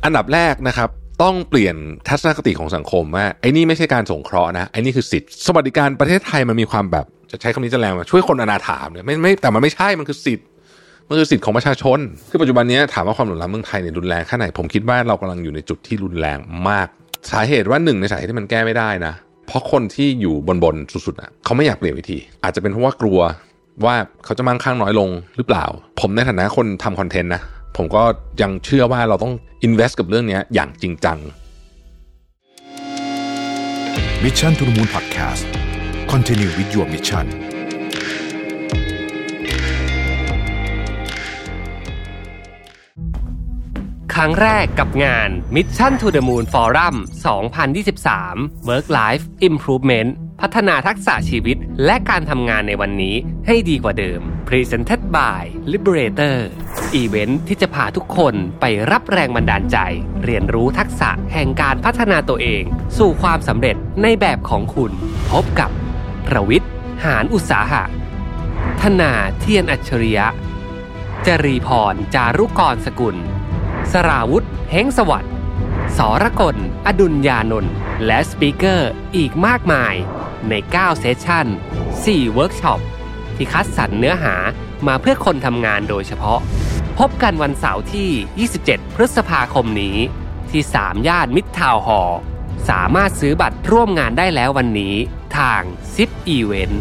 อันดับแรกนะครับต้องเปลี่ยนทัศนคติของสังคมว่าไอ้นี่ไม่ใช่การสงเคราะห์นะไอ้นี่คือสิทธิสวัสดิการประเทศไทยมันมีความแบบจะใช้คำนี้จะแรงมาช่วยคนอนาถาเนี่ยไม่แต่มันไม่ใช่มันคือสิทธิของประชาชนคือปัจจุบันนี้ถามว่าความเหลื่อมล้ำเมืองไทยเนี่ยรุนแรงแค่ไหนผมคิดว่าเรากำลังอยู่ในจุดที่รุนแรงมากสาเหตุว่าหนึ่งในสาเหตุที่มันแก้ไม่ได้นะเพราะคนที่อยู่บนสุดๆอ่ะเขาไม่อยากเปลี่ยนวิธีอาจจะเป็นเพราะว่ากลัวว่าเขาจะมั่งคั่งน้อยลงหรือเปล่าผมในฐานะคนทำคอนเทนต์นะผมก็ยังเชื่อว่าเราต้อง invest กับเรื่องนี้อย่างจริงจัง Mission to the Moon Podcast Continue with your mission ครั้งแรกกับงาน Mission to the Moon Forum 2023 Work Life Improvement พัฒนาทักษะชีวิตและการทำงานในวันนี้ให้ดีกว่าเดิม Presented by Liberator อีเวนท์ที่จะพาทุกคนไปรับแรงบันดาลใจเรียนรู้ทักษะแห่งการพัฒนาตัวเองสู่ความสำเร็จในแบบของคุณพบกับประวิทย์ หาญอุตสาหะธนาเทียนอัจฉริยะจรีพรจารุกรสกุลสราวุธเฮ้งสวัสดิ์สรกลอดุลยานนท์และสปีกเกอร์อีกมากมายใน9เซสชั่น4เวิร์กช็อปที่คัดสรรเนื้อหามาเพื่อคนทำงานโดยเฉพาะพบกันวันเสาร์ที่27พฤษภาคมนี้ที่3ย่านมิตรทาวน์ฮอลล์สามารถซื้อบัตรร่วมงานได้แล้ววันนี้ทาง ZIP Event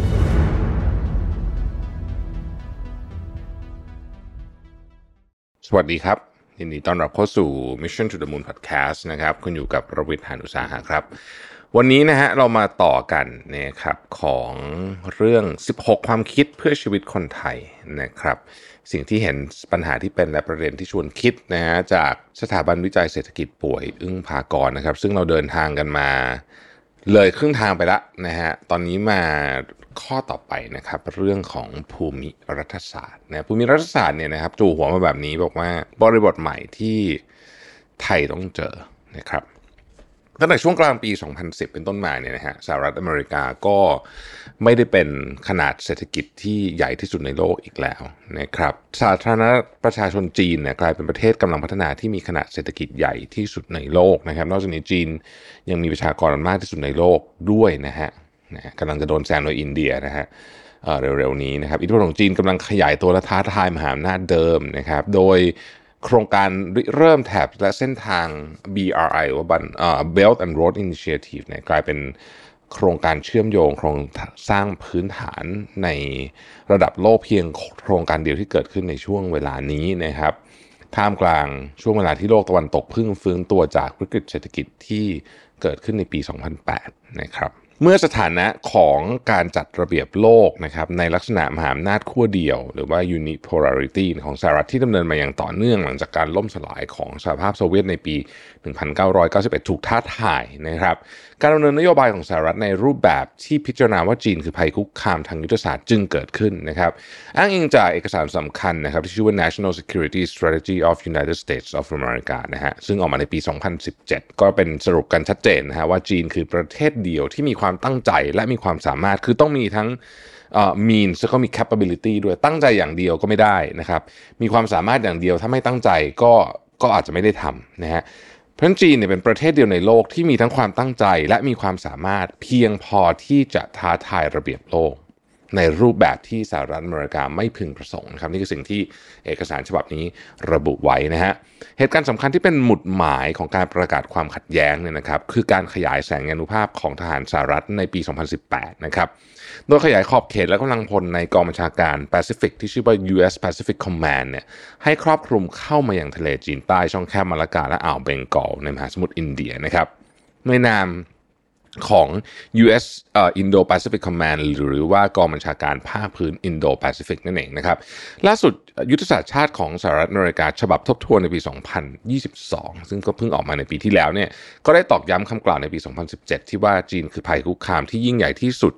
สวัสดีครับยินดีต้อนรับเข้าสู่ Mission to the Moon Podcast นะครับคุณอยู่กับประวิทย์ หาญอุตสาหะครับวันนี้นะฮะเรามาต่อกันนะครับของเรื่อง16ความคิดเพื่อชีวิตคนไทยนะครับสิ่งที่เห็นปัญหาที่เป็นและประเด็นที่ชวนคิดนะฮะจากสถาบันวิจัยเศรษฐกิจป่วยอึ้งภากรนะครับซึ่งเราเดินทางกันมาเลยครึ่งทางไปแล้วนะฮะตอนนี้มาข้อต่อไปนะครับเรื่องของภูมิรัฐศาสตร์นะภูมิรัฐศาสตร์เนี่ยนะครับจู่หัวมาแบบนี้บอกว่าบริบทใหม่ที่ไทยต้องเจอนะครับตั้งแต่ช่วงกลางปี 2010 เป็นต้นมาเนี่ยนะฮะสหรัฐอเมริกาก็ไม่ได้เป็นขนาดเศรษฐกิจที่ใหญ่ที่สุดในโลกอีกแล้วนะครับสาธารณรัฐประชาชนจีนเนี่ยกลายเป็นประเทศกำลังพัฒนาที่มีขนาดเศรษฐกิจใหญ่ที่สุดในโลกนะครับนอกจากนี้จีนยังมีประชากรมากที่สุดในโลกด้วยนะฮะกำลังจะโดนแซงโดยอินเดียนะฮะเร็วๆนี้นะครับอิทธิพลของจีนกำลังขยายตัวและท้าทายมหาอำนาจเดิมนะครับโดยโครงการเริ่มแถบและเส้นทาง BRI ว่าBelt and Road Initiative เนี่ยกลายเป็นโครงการเชื่อมโยงโครงสร้างพื้นฐานในระดับโลกเพียงโครงการเดียวที่เกิดขึ้นในช่วงเวลานี้นะครับท่ามกลางช่วงเวลาที่โลกตะวันตกเพิ่งฟื้นตัวจากวิกฤตเศรษฐกิจที่เกิดขึ้นในปี 2008 นะครับเมื่อสถานะของการจัดระเบียบโลกนะครับในลักษณะมหาอำนาจขั้วเดียวหรือว่า unipolarity ของสหรัฐที่ดำเนินมาอย่างต่อเนื่องหลังจากการล่มสลายของสหภาพโซเวียตในปี 1991 ถูกท้าทายนะครับการดำเนินนโยบายของสหรัฐในรูปแบบที่พิจารณาว่าจีนคือภัยคุกคามทางยุทธศาสตร์จึงเกิดขึ้นนะครับอ้างอิงจากเอกสารสำคัญนะครับที่ชื่อว่า National Security Strategy of United States of America นะฮะซึ่งออกมาในปี 2017 ก็เป็นสรุปกันชัดเจนนะฮะว่าจีนคือประเทศเดียวที่มีความตั้งใจและมีความสามารถคือต้องมีทั้งmeans แล้วก็มี capability ด้วยตั้งใจอย่างเดียวก็ไม่ได้นะครับมีความสามารถอย่างเดียวถ้าไม่ตั้งใจก็อาจจะไม่ได้ทำนะฮะเพราะจีนเนี่ยเป็นประเทศเดียวในโลกที่มีทั้งความตั้งใจและมีความสามารถเพียงพอที่จะท้าทายระเบียบโลกในรูปแบบที่สหรัฐอเมริกาไม่พึงประสงค์นะครับนี่คือสิ่งที่เอกสารฉบับนี้ระบุไว้นะฮะเหตุการณ์สำคัญที่เป็นหมุดหมายของการประกาศความขัดแย้งเนี่ยนะครับคือการขยายแสงอานุภาพของทหารสหรัฐในปี 2018 นะครับโดยขยายขอบเขตและกำลังพลในกองบัญชาการแปซิฟิกที่ชื่อว่า US Pacific Command เนี่ยให้ครอบคลุมเข้ามาอย่างทะเลจีนใต้ช่องแคบมาลากาและอ่าวเบงกอลในมหาสมุทรอินเดียนะครับในนามของ US Indo-Pacific Command หรือว่ากองบัญชาการภาคพื้น Indo-Pacific นั่นเองนะครับล่าสุดยุทธศาสตร์ชาติของสหรัฐอเมริกาฉบับทบทวนในปี 2022 ซึ่งก็เพิ่งออกมาในปีที่แล้วเนี่ยก็ได้ตอกย้ำคำกล่าวในปี 2017 ที่ว่าจีนคือภัยคุกคามที่ยิ่งใหญ่ที่สุด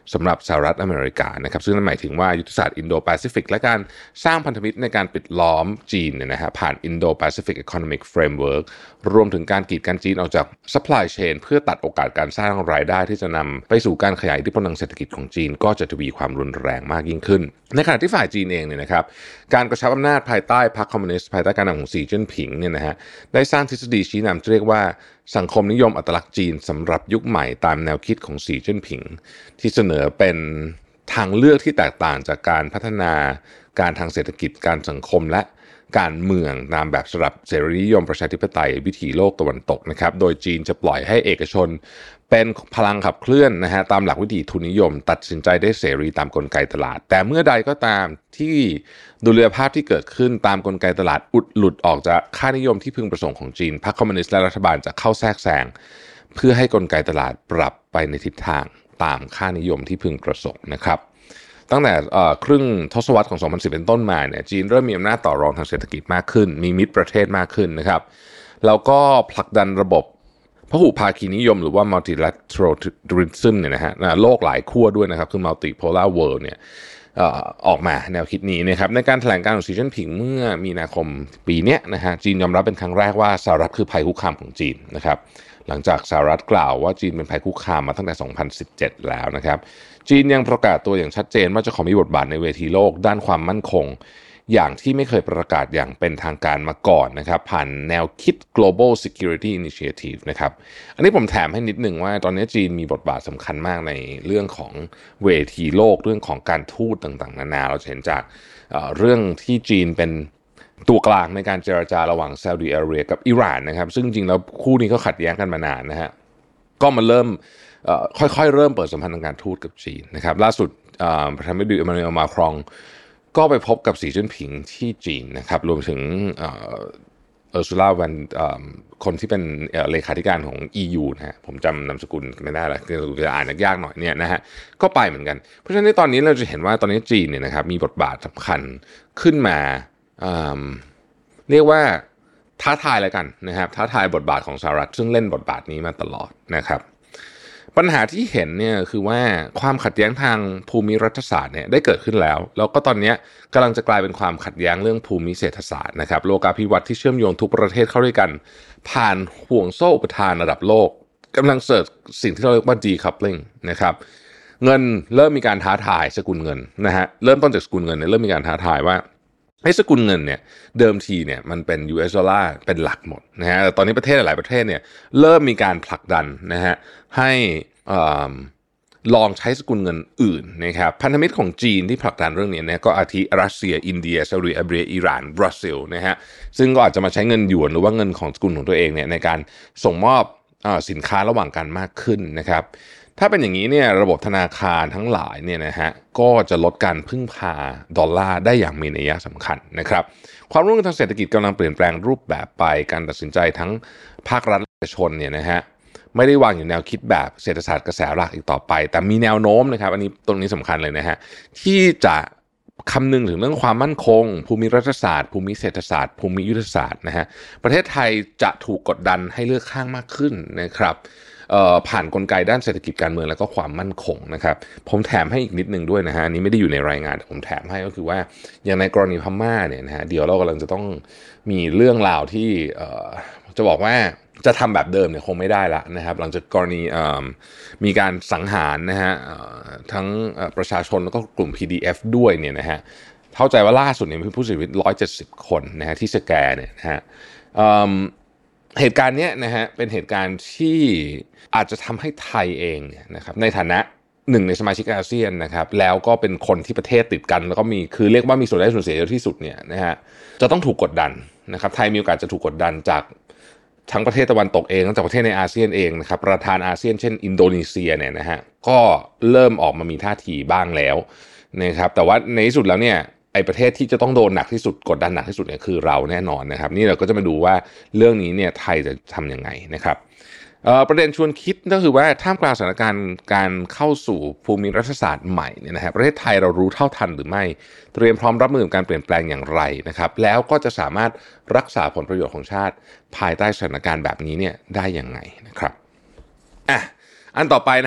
สำหรับสหรัฐอเมริกานะครับซึ่งนั่นหมายถึงว่ายุทธศาสตร์อินโดแปซิฟิกและการสร้างพันธมิตรในการปิดล้อมจีนเนี่ยนะฮะผ่าน Indo-Pacific Economic Framework รวมถึงการกีดกันจีนออกจาก supply chain เพื่อตัดโอกาสการสร้างรายได้ที่จะนำไปสู่การขยายอิทธิพลทางเศรษฐกิจของจีนก็จะทวีความรุนแรงมากยิ่งขึ้นในขณะที่ฝ่ายจีนเองเนี่ยนะครับการกระชับอำนาจภายใต้พรรคคอมมิวนิสต์ภายใต้การนำของสีจิ้นผิงเนี่ยนะฮะได้สร้างทฤษฎีชี้นำที่เรียกว่าสังคมนิยมอัตลักษณ์จีนสำหรับยุคใหม่ตามแนวคิดของสีจิ้นผิงที่เสนอเป็นทางเลือกที่แตกต่างจากการพัฒนาการทางเศรษฐกิจการสังคมและการเมืองตามแบบฉบับเสรีนิยมประชาธิปไตยวิถีโลกตะวันตกนะครับโดยจีนจะปล่อยให้เอกชนเป็นพลังขับเคลื่อนนะฮะตามหลักวิถีทุนนิยมตัดสินใจได้เสรีตามกลไกตลาดแต่เมื่อใดก็ตามที่ดุลยภาพที่เกิดขึ้นตามกลไกตลาดหลุดออกจากค่านิยมที่พึงประสงค์ของจีนพรรคคอมมิวนิสต์และรัฐบาลจะเข้าแทรกแซงเพื่อให้กลไกตลาดปรับไปในทิศทางตามค่านิยมที่พึงประสงค์นะครับตั้งแต่ครึ่งทศวรรษของ 2010 เป็นต้นมาเนี่ยจีนเริ่มมีอำนาจต่อรองทางเศรษฐกิจมากขึ้นมีมิตรประเทศมากขึ้นนะครับแล้วก็ผลักดันระบบพหุภาคีนิยมหรือว่า multilateralism เนี่ยนะฮะโลกหลายขั้วด้วยนะครับคือ multipolar world เนี่ยออกมาแนวคิดนี้นะครับในการแถลงการณ์ของสีจิ้นผิงเมื่อมีนาคมปีนี้นะฮะจีนยอมรับเป็นครั้งแรกว่าสหรัฐคือภัยคุกคามของจีนนะครับหลังจากสหรัฐกล่าวว่าจีนเป็นภัยคุกคามมาตั้งแต่ 2017 แล้วนะครับจีนยังประกาศตัวอย่างชัดเจนว่าจะขอมีบทบาทในเวทีโลกด้านความมั่นคงอย่างที่ไม่เคยประกาศอย่างเป็นทางการมาก่อนนะครับผ่านแนวคิด Global Security Initiative นะครับอันนี้ผมแถมให้นิดหนึ่งว่าตอนนี้จีนมีบทบาทสำคัญมากในเรื่องของเวทีโลกเรื่องของการทูตต่างๆนานาเราเห็นจากเรื่องที่จีนเป็นตัวกลางในการเจรจาระหว่างซาอุดิอาระเบียกับอิหร่านนะครับซึ่งจริงแล้วคู่นี้ก็ขัดแย้งกันมานานนะฮะก็มาเริ่มค่อยๆเริ่มเปิดสัมพันธ์ทางการทูตกับจีนนะครับล่าสุดประธานาธิบดีเอมานูเอล มาครองก็ไปพบกับสีจิ้นผิงที่จีนนะครับรวมถึงเออร์ซูล่าวันคนที่เป็นเลขาธิการของ EU นะฮะผมจำนามสกุลไม่ได้ละคือจะอ่านยากๆหน่อยเนี่ยนะฮะก็ไปเหมือนกันเพราะฉะนั้นในตอนนี้เราจะเห็นว่าตอนนี้จีนเนี่ยนะครับมีบทบาทสำคัญขึ้นมาเรียกว่าท้าทายแล้วกันนะครับท้าทายบทบาทของสหรัฐซึ่งเล่นบทบาทนี้มาตลอดนะครับปัญหาที่เห็นเนี่ยคือว่าความขัดแย้งทางภูมิรัฐศาสตร์เนี่ยได้เกิดขึ้นแล้วก็ตอนนี้กำลังจะกลายเป็นความขัดแย้งเรื่องภูมิเศรษฐศาสตร์นะครับโลกาภิวัตน์ที่เชื่อมโยงทุกประเทศเข้าด้วยกันผ่านห่วงโซ่อุปทานระดับโลกกำลังเกิดสิ่งที่เราเรียกว่า decoupling นะครับเงินเริ่มมีการท้าทายสกุลเงินนะฮะเริ่มต้นจากสกุลเงินเนี่ยเริ่มมีการท้าทายว่าให้สกุลเงินเนี่ยเดิมทีเนี่ยมันเป็น US ดอลลาร์เป็นหลักหมดนะฮะแต่ตอนนี้ประเทศหลายประเทศเนี่ยเริ่มมีการผลักดันนะฮะให้ลองใช้สกุลเงินอื่นนะครับพันธมิตรของจีนที่ผลักดันเรื่องนี้เนี่ยก็อาทิรัสเซียอินเดียซาอุดิอาระเบียอิหร่านบราซิลนะฮะซึ่งก็อาจจะมาใช้เงินหยวนหรือว่าเงินของสกุลของตัวเองเนี่ยในการส่งมอบสินค้าระหว่างกันมากขึ้นนะครับถ้าเป็นอย่างนี้เนี่ยระบบธนาคารทั้งหลายเนี่ยนะฮะก็จะลดการพึ่งพาดอลลาร์ได้อย่างมีนัยสำคัญนะครับความร่วมมือทางเศรษฐกิจกำลังเปลี่ยนแปลงรูปแบบไปการตัดสินใจทั้งภาครัฐและเอกชนเนี่ยนะฮะไม่ได้วางอยู่แนวคิดแบบเศรษฐศาสตร์กระแสหลักอีกต่อไปแต่มีแนวโน้มนะครับอันนี้ตรงนี้สำคัญเลยนะฮะที่จะคำนึงถึงเรื่องความมั่นคงภูมิรัฐศาสตร์ภูมิเศรษฐศาสตร์ภูมิยุทธศาสตร์นะฮะประเทศไทยจะถูกกดดันให้เลือกข้างมากขึ้นนะครับผ่านกลไกด้านเศรษฐกิจการเมืองแล้วก็ความมั่นคงนะครับผมแถมให้อีกนิดนึงด้วยนะฮะอันนี้ไม่ได้อยู่ในรายงานแต่ผมแถมให้ก็คือว่าอย่างในกรณีพม่าเนี่ยนะฮะเดี๋ยวเรากำลังจะต้องมีเรื่องราวที่จะบอกว่าจะทำแบบเดิมเนี่ยคงไม่ได้ละนะครับหลังจากกรณีมีการสังหารนะฮะทั้งประชาชนแล้วก็กลุ่ม PDF ด้วยเนี่ยนะฮะเข้าใจว่าล่าสุดเนี่ยมีผู้เสียชีวิต170 คนนะฮะที่สแกเนี่ยนะฮะเหตุการณ์นี้นะฮะเป็นเหตุการณ์ที่อาจจะทำให้ไทยเองนะครับในฐานะหนึ่งในสมาชิกอาเซียนนะครับแล้วก็เป็นคนที่ประเทศติดกันแล้วก็มีคือเรียกว่ามีส่วนได้ส่วนเสียเยอะที่สุดเนี่ยนะฮะจะต้องถูกกดดันนะครับไทยมีโอกาสจะถูกกดดันจากทั้งประเทศตะวันตกเองทั้งจากประเทศในอาเซียนเองนะครับประธานอาเซียนเช่นอินโดนีเซียเนี่ยนะฮะก็เริ่มออกมามีท่าทีบ้างแล้วนะครับแต่ว่าในที่สุดแล้วเนี่ยไอ้ประเทศที่จะต้องโดนหนักที่สุดกดดันหนักที่สุดเนี่ยคือเราแน่นอนนะครับนี่เราก็จะมาดูว่าเรื่องนี้เนี่ยไทยจะทำยังไงนะครับประเด็นชวนคิดก็คือว่าท่ามกลางสถานการณ์การเข้าสู่ภูมิรัฐศาสตร์ใหม่เนี่ยนะครับประเทศไทยเรารู้เท่าทันหรือไม่เตรียมพร้อมรับมือกับการเปลี่ยนแปลงอย่างไรนะครับแล้วก็จะสามารถรักษาผลประโยชน์ของชาติภายใต้สถานการณ์แบบนี้เนี่ยได้ยังไงนะครับอันต่อไปนะฮะ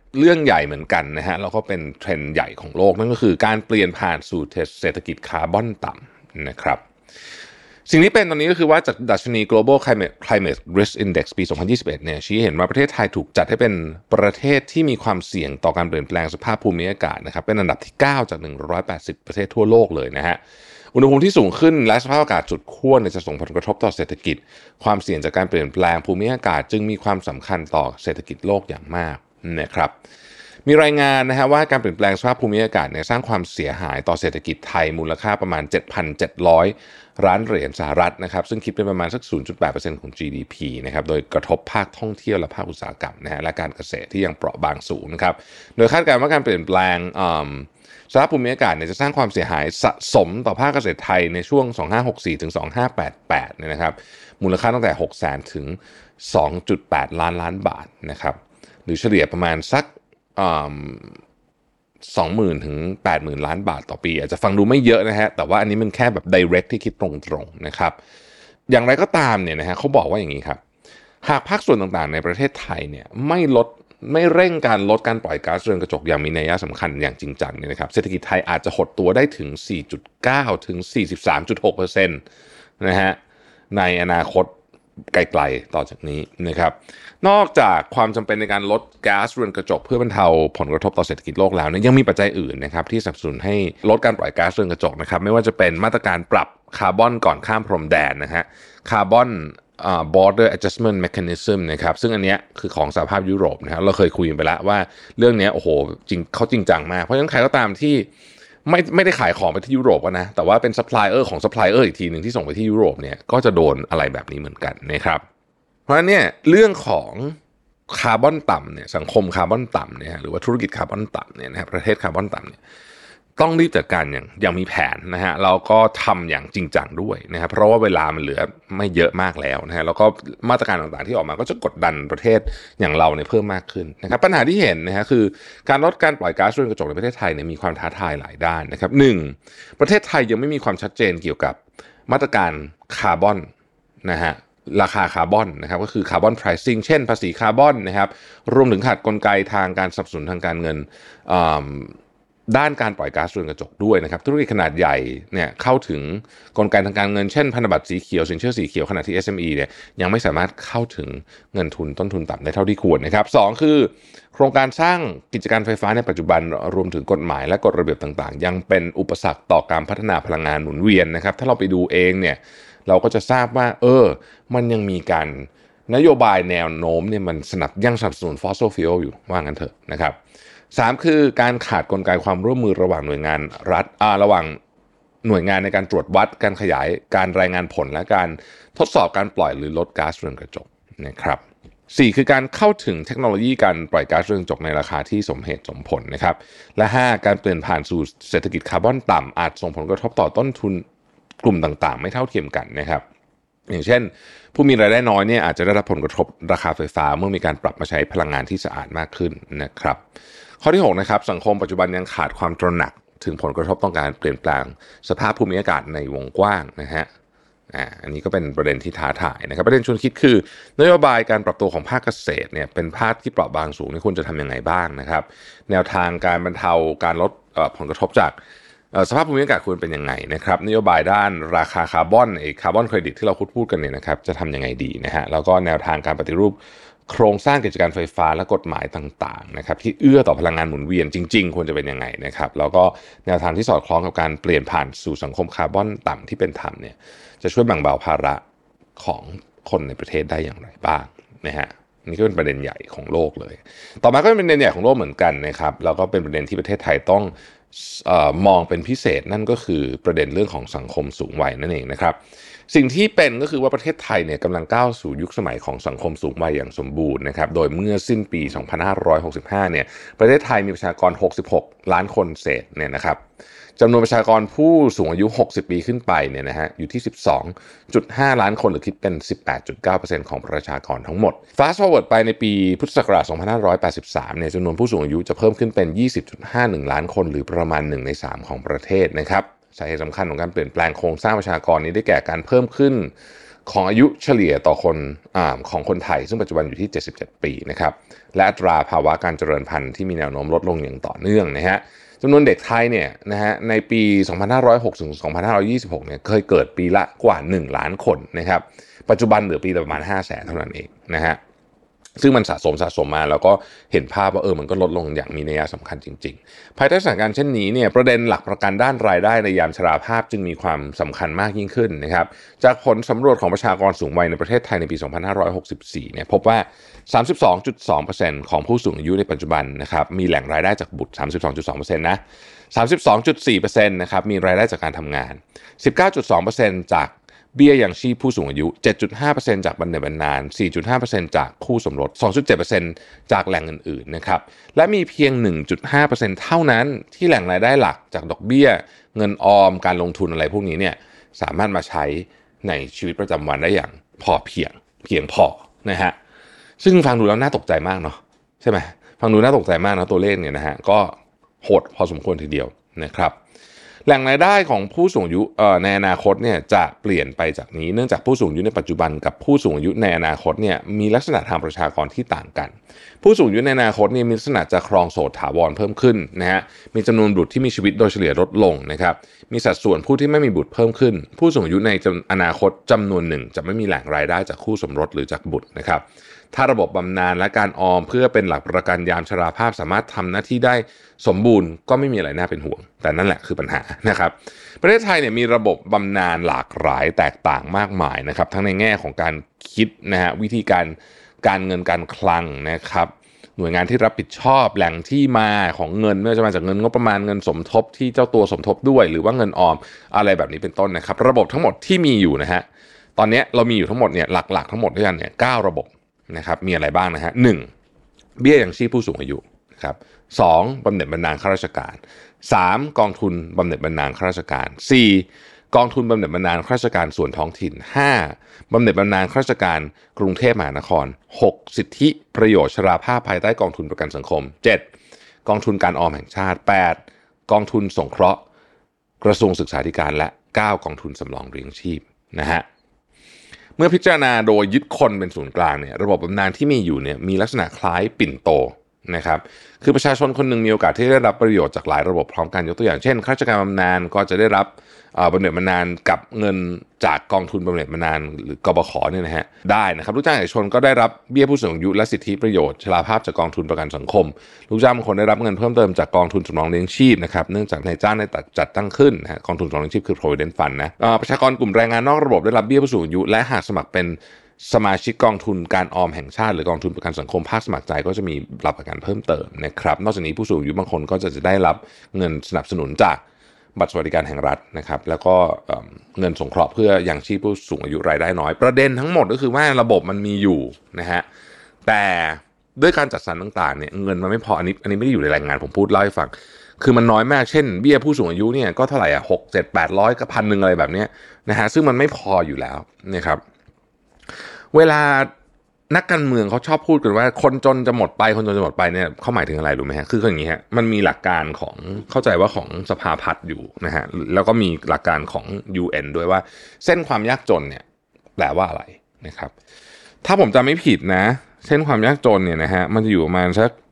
เรื่องใหญ่เหมือนกันนะฮะแล้วก็เป็นเทรนด์ใหญ่ของโลกนั่นก็คือการเปลี่ยนผ่านสู่เศรษฐกิจคาร์บอนต่ำนะครับสิ่งที่เป็นตอนนี้ก็คือว่าจากดัชนี Global Climate Risk Index ปี 2021 เนี่ยชี้เห็นว่าประเทศไทยถูกจัดให้เป็นประเทศที่มีความเสี่ยงต่อการเปลี่ยนแปลงสภาพภูมิอากาศนะครับเป็นอันดับที่ 9 จาก 180 ประเทศทั่วโลกเลยนะฮะอุณหภูมิที่สูงขึ้นและสภาพอากาศจุดขั้วจะส่งผลกระทบต่อเศรษฐกิจความเสี่ยงจากการเปลี่ยนแปลงภูมิอากาศจึงมีความสำคัญต่อเศรษฐกิจโลกอย่างมากนะครับมีรายงานนะฮะว่าการเปลี่ยนแปลงสภาพภูมิอากาศเนี่ยสร้างความเสียหายต่อเศรษฐกิจไทยมูลค่าประมาณ 7,700 ล้านเหรียญสหรัฐนะครับซึ่งคิดเป็นประมาณสัก 0.8% ของ GDP นะครับโดยกระทบภาคท่องเที่ยวและภาคอุตสาหกรรมนะฮะและการเกษตรที่ยังเปราะบางสูงนะครับโดยคาดการณ์ว่าการเปลี่ยนแปลงสภาพภูมิอากาศเนี่ยจะสร้างความเสียหายสะสมต่อภาคเกษตรไทยในช่วง 2564 ถึง 2588 เนี่ยนะครับมูลค่าตั้งแต่ 600,000 ถึง 2.8 ล้านบาทนะครับหรือเฉลี่ยประมาณสัก20,000 ถึง 80,000 ล้านบาทต่อปีอาจจะฟังดูไม่เยอะนะฮะแต่ว่าอันนี้มันแค่แบบ direct ที่คิดตรงๆนะครับอย่างไรก็ตามเนี่ยนะฮะเขาบอกว่าอย่างนี้ครับหากภาคส่วนต่างๆในประเทศไทยเนี่ยไม่เร่งการลดการปล่อยก๊าซเรือนกระจกอย่างมีนัยสำคัญอย่างจริงจังเนี่ยนะครับเศรษฐกิจไทยอาจจะหดตัวได้ถึง 4.9 ถึง 43.6% นะฮะในอนาคตไกลๆต่อจากนี้นะครับนอกจากความจำเป็นในการลดก๊าซเรือนกระจกเพื่อบรรเทาผลกระทบต่อเศรษฐกิจโลกแล้วเนี่ยยังมีปัจจัยอื่นนะครับที่สนับสนุนให้ลดการปล่อยก๊าซเรือนกระจกนะครับไม่ว่าจะเป็นมาตรการปรับคาร์บอนก่อนข้ามพรมแดนนะฮะคาร์บอนborder adjustment mechanism นะครับซึ่งอันเนี้ยคือของสหภาพยุโรปนะครับเราเคยคุยกันไปแล้วว่าเรื่องนี้โอ้โหเขาจริงจังมากเพราะฉะนั้นใครก็ตามที่ไม่ได้ขายของไปที่ยุโรปนะแต่ว่าเป็นซัพพลายเออร์ของซัพพลายเออร์อีกทีหนึ่งที่ส่งไปที่ยุโรปเนี่ยก็จะโดนอะไรแบบนี้เหมือนกันนะครับเพราะฉะนั้นเนี่ยเรื่องของคาร์บอนต่ำเนี่ยสังคมคาร์บอนต่ำเนี่ยหรือว่าธุรกิจคาร์บอนต่ำเนี่ยนะครับประเทศคาร์บอนต่ำเนี่ยต้องรีบจัดการอย่างมีแผนนะฮะเราก็ทำอย่างจริงจังด้วยนะครับเพราะว่าเวลามันเหลือไม่เยอะมากแล้วนะฮะแล้วก็มาตรการต่างๆที่ออกมาก็จะกดดันประเทศอย่างเราเนี่ยเพิ่มมากขึ้นนะครับปัญหาที่เห็นนะฮะคือการลดการปล่อยก๊าซเรือนกระจกในประเทศไทยเนี่ยมีความท้าทายหลายด้านนะครับ1ประเทศไทยยังไม่มีความชัดเจนเกี่ยวกับมาตรการคาร์บอนนะฮะราคาคาร์บอนนะครับก็คือคาร์บอนไพรซิ่งเช่นภาษีคาร์บอนนะครับรวมถึงขาดกลไกทางการสนับสนุนทางการเงินด้านการปล่อยก๊าซเรือนกระจกด้วยนะครับธุรกิจขนาดใหญ่เนี่ยเข้าถึงกลไกทางการเงินเช่นพันธบัตรสีเขียวสินเชื่อสีเขียวขณะที่ SME เนี่ยยังไม่สามารถเข้าถึงเงินทุนต้นทุนต่ำได้เท่าที่ควรนะครับ2คือโครงการสร้างกิจการไฟฟ้าในปัจจุบันรวมถึงกฎหมายและกฎระเบียบต่างๆยังเป็นอุปสรรคต่อการพัฒนาพลังงานหมุนเวียนนะครับถ้าเราไปดูเองเนี่ยเราก็จะทราบว่ามันยังมีการนโยบายแนวโน้มเนี่ยมันสนับสนุน fossil fuel อยู่ว่างั้นเถอะนะครับ3คือการขาดกลไกความร่วมมือระหว่างหน่วยงานรัฐระหว่างหน่วยงานในการตรวจวัดการขยายการรายงานผลและการทดสอบการปล่อยหรือลดก๊าซเรือนกระจกนะครับ4คือการเข้าถึงเทคโนโลยีการปล่อยก๊าซเรือนกระจกในราคาที่สมเหตุสมผลนะครับและ5การเปลี่ยนผ่านสู่เศรษฐกิจคาร์บอนต่ำอาจส่งผลกระทบต่อต้นทุนกลุ่มต่างๆไม่เท่าเทียมกันนะครับอย่างเช่นผู้มีรายได้น้อยเนี่ยอาจจะได้รับผลกระทบราคาไฟฟ้าเมื่อมีการปรับมาใช้พลังงานที่สะอาดมากขึ้นนะครับข้อที่6นะครับสังคมปัจจุบันยังขาดความตระหนักถึงผลกระทบต่อการเปลี่ยนแปลงสภาพภูมิอากาศในวงกว้างนะฮะอันนี้ก็เป็นประเด็นที่ท้าทายนะครับประเด็นชวนคิดคือนโยบายการปรับตัวของภาคเกษตรเนี่ยเป็นภาคที่เปราะบางสูงนี่ควรจะทำยังไงบ้างนะครับแนวทางการบรรเทาการลดผลกระทบจากสภาพภูมิอากาศควรเป็นยังไงนะครับนโยบายด้านราคาคาร์บอนคาร์บอนเครดิตที่เราพูดกันเนี่ยนะครับจะทำยังไงดีนะฮะแล้วก็แนวทางการปฏิรูปโครงสร้างกิจการไฟฟ้าและกฎหมายต่างๆนะครับที่เอื้อต่อพลังงานหมุนเวียนจริงๆควรจะเป็นยังไงนะครับแล้วก็แนวทางที่สอดคล้องกับการเปลี่ยนผ่านสู่สังคมคาร์บอนต่ำที่เป็นธรรมเนี่ยจะช่วยแบ่งเบาภาระของคนในประเทศได้อย่างไรบ้างนะฮะนี่ก็เป็นประเด็นใหญ่ของโลกเลยต่อมาก็เป็นประเด็นใหญ่ของโลกเหมือนกันนะครับแล้วก็เป็นประเด็นที่ประเทศไทยต้องมองเป็นพิเศษนั่นก็คือประเด็นเรื่องของสังคมสูงวัยนั่นเองนะครับสิ่งที่เป็นก็คือว่าประเทศไทยเนี่ยกำลังก้าวสู่ยุคสมัยของสังคมสูงวัยอย่างสมบูรณ์นะครับโดยเมื่อสิ้นปี 2565 เนี่ยประเทศไทยมีประชากร66ล้านคนเศษเนี่ยนะครับจำนวนประชากรผู้สูงอายุ60ปีขึ้นไปเนี่ยนะฮะอยู่ที่ 12.5 ล้านคนหรือคิดเป็น 18.9% ของประชากรทั้งหมด Fast forward ไปในปีพุทธศักราช 2583 เนี่ยจำนวนผู้สูงอายุจะเพิ่มขึ้นเป็น 20.51 ล้านคนหรือประมาณ1ใน3ของประเทศนะครับสาเหตุสำคัญของการเปลี่ยนแปลงโครงสร้างประชากรนี้ได้แก่การเพิ่มขึ้นของอายุเฉลี่ยต่อคนของคนไทยซึ่งปัจจุบันอยู่ที่77ปีนะครับและอัตราภาวะการเจริญพันธุ์ที่มีแนวโน้มลดลงอย่างต่อเนื่องนะฮะจำนวนเด็กไทยเนี่ยนะฮะในปี2506ถึง2526เนี่ยเคยเกิดปีละกว่า1ล้านคนนะครับปัจจุบันเหลือปีละประมาณ 500,000 เท่านั้นเองนะฮะซึ่งมันสะสมมาแล้วก็เห็นภาพว่ามันก็ลดลงอย่างมีนัยสำคัญจริงๆภายใต้สถานการณ์เช่นนี้เนี่ยประเด็นหลักประกันด้านรายได้ในยามชราภาพจึงมีความสำคัญมากยิ่งขึ้นนะครับจากผลสำรวจของประชากรสูงวัยในประเทศไทยในปี2564เนี่ยพบว่า 32.2% ของผู้สูงอายุในปัจจุบันนะครับมีแหล่งรายได้จากบุตร 32.2% นะ 32.4% นะครับมีรายได้จากการทำงาน 19.2% จากเบี้ยยังชีพผู้สูงอายุ 7.5% จากบำเหน็จบำนาญ 4.5% จากคู่สมรส 2.7% จากแหล่งอื่นๆนะครับและมีเพียง 1.5% เท่านั้นที่แหล่งรายได้หลักจากดอกเบี้ยเงินออมการลงทุนอะไรพวกนี้เนี่ยสามารถมาใช้ในชีวิตประจำวันได้อย่างพอเพียงพอนะฮะซึ่งฟังดูแล้วน่าตกใจมากเนาะใช่ไหมฟังดูน่าตกใจมากนะตัวเลขเนี่ยนะฮะก็โหดพอสมควรทีเดียวนะครับแหล่งรายได้ของผู้สูงอายุในอนาคตเนี่ยจะเปลี่ยนไปจากนี้เนื่องจากผู้สูงอายุในปัจจุบันกับผู้สูงอายุในอนาคตเนี่ยมีลักษณะทางประชากรที่ต่างกันผู้สูงอายุในอนาคตเนี่ยมีลักษณะจะครองโสดถาวรเพิ่มขึ้นนะฮะมีจำนวนบุตรที่มีชีวิตโดยเฉลี่ยลดลงนะครับมีสัดส่วนผู้ที่ไม่มีบุตรเพิ่มขึ้นผู้สูงอายุในอนาคตจำนวนหนึ่งจะไม่มีแหล่งรายได้จากคู่สมรสหรือจากบุตรนะครับถ้าระบบบำนาญและการออมเพื่อเป็นหลักประกันยามชราภาพสามารถทำหน้าที่ได้สมบูรณ์ก็ไม่มีอะไรน่าเป็นห่วงแต่นั่นแหละคือปัญหานะครับประเทศไทยเนี่ยมีระบบบำนาญหลากหลายแตกต่างมากมายนะครับทั้งในแง่ของการคิดนะฮะวิธีการเงินการคลังนะครับหน่วยงานที่รับผิดชอบแหล่งที่มาของเงินไม่ว่าจะมาจากเงินงบประมาณเงินสมทบที่เจ้าตัวสมทบด้วยหรือว่าเงินออมอะไรแบบนี้เป็นต้นนะครับระบบทั้งหมดที่มีอยู่นะฮะตอนนี้เรามีอยู่ทั้งหมดเนี่ยหลักๆทั้งหมดด้วยกันเนี่ย9ระบบนะครับมีอะไรบ้างนะฮะ1เบี้ยยังชีพผู้สูงอายุครับ2บำเหน็จบำนาญข้าราชการ3กองทุนบำเหน็จบำนาญข้าราชการ4กองทุนบำเหน็จบำนาญข้าราชการส่วนท้องถิ่น5บำเหน็จบำนาญข้าราชการกรุงเทพมหานคร6สิทธิประโยชน์ชราภาพภายใต้กองทุนประกันสังคม7กองทุนการออมแห่งชาติ8กองทุนสงเคราะห์กระทรวงศึกษาธิการและ9กองทุนสำรองเลี้ยงชีพนะฮะเมื่อพิจารณาโดยยึดคนเป็นศูนย์กลางเนี่ยระบบบำนาญที่มีอยู่เนี่ยมีลักษณะคล้ายปิ่นโตนะครับคือประชาชนคนหนึ่งมีโอกาสที่ได้รับประโยชน์จากหลายระบบพร้อมกันยกตัวอย่างเช่นข้าราชการบำนาญก็จะได้รับบำเหน็จบำนาญกับเงินจากกองทุนบำเหน็จบำนาญหรือกบข.เนี่ยนะฮะได้นะครับลูกจ้างเอกชนก็ได้รับเบี้ยผู้สูงอายุและสิทธิประโยชน์ชราภาพจากกองทุนประกันสังคมลูกจ้างบางคนได้รับเงินเพิ่มเติมจากกองทุนสำรองเลี้ยงชีพนะครับเนื่องจากนายจ้างได้จัดตั้งขึ้นนะฮะกองทุนสำรองเลี้ยงชีพคือ provident fund นะประชากรกลุ่มแรงงานนอกระบบได้รับเบี้ยผู้สูงอายุและหากสมัครเป็นสมาชิกกองทุนการออมแห่งชาติหรือกองทุนประกันสังคมภาคสมัครใจก็จะมีหลักประกันเพิ่มเติมนะครับนอกจากนี้ผู้สูงอายุบางคนก็จะได้รับเงินสนับสนุนจากบัตรสวัสดิการแห่งรัฐนะครับแล้วก็เงินสงเคราะห์เพื่อยังชีพผู้สูงอายุรายได้น้อยประเด็นทั้งหมดก็คือว่าระบบมันมีอยู่นะฮะแต่ด้วยการจัดสรรต่างๆเนี่ยเงินมันไม่พออันนี้ไม่ได้อยู่ในรายงานผมพูดเล่าให้ฟังคือมันน้อยมากเช่นเบี้ยผู้สูงอายุเนี่ยก็เท่าไหร่อ่ะ6-7-800กับ1,000อะไรแบบนี้นะฮะซึ่งมันไม่พออยู่แล้วนะครับเวลานักการเมืองเขาชอบพูดกันว่าคนจนจะหมดไปคนจนจะหมดไปเนี่ยเขาหมายถึงอะไรรู้ไหมฮะคืออย่างนี้ฮะมันมีหลักการของเข้าใจว่าของสภาพัฒน์อยู่นะฮะแล้วก็มีหลักการของ UN ด้วยว่าเส้นความยากจนเนี่ยแปลว่าอะไรนะครับถ้าผมจำไม่ผิดนะเส้นความยากจนเนี่ยนะฮะมันจะอยู่ประมาณสัก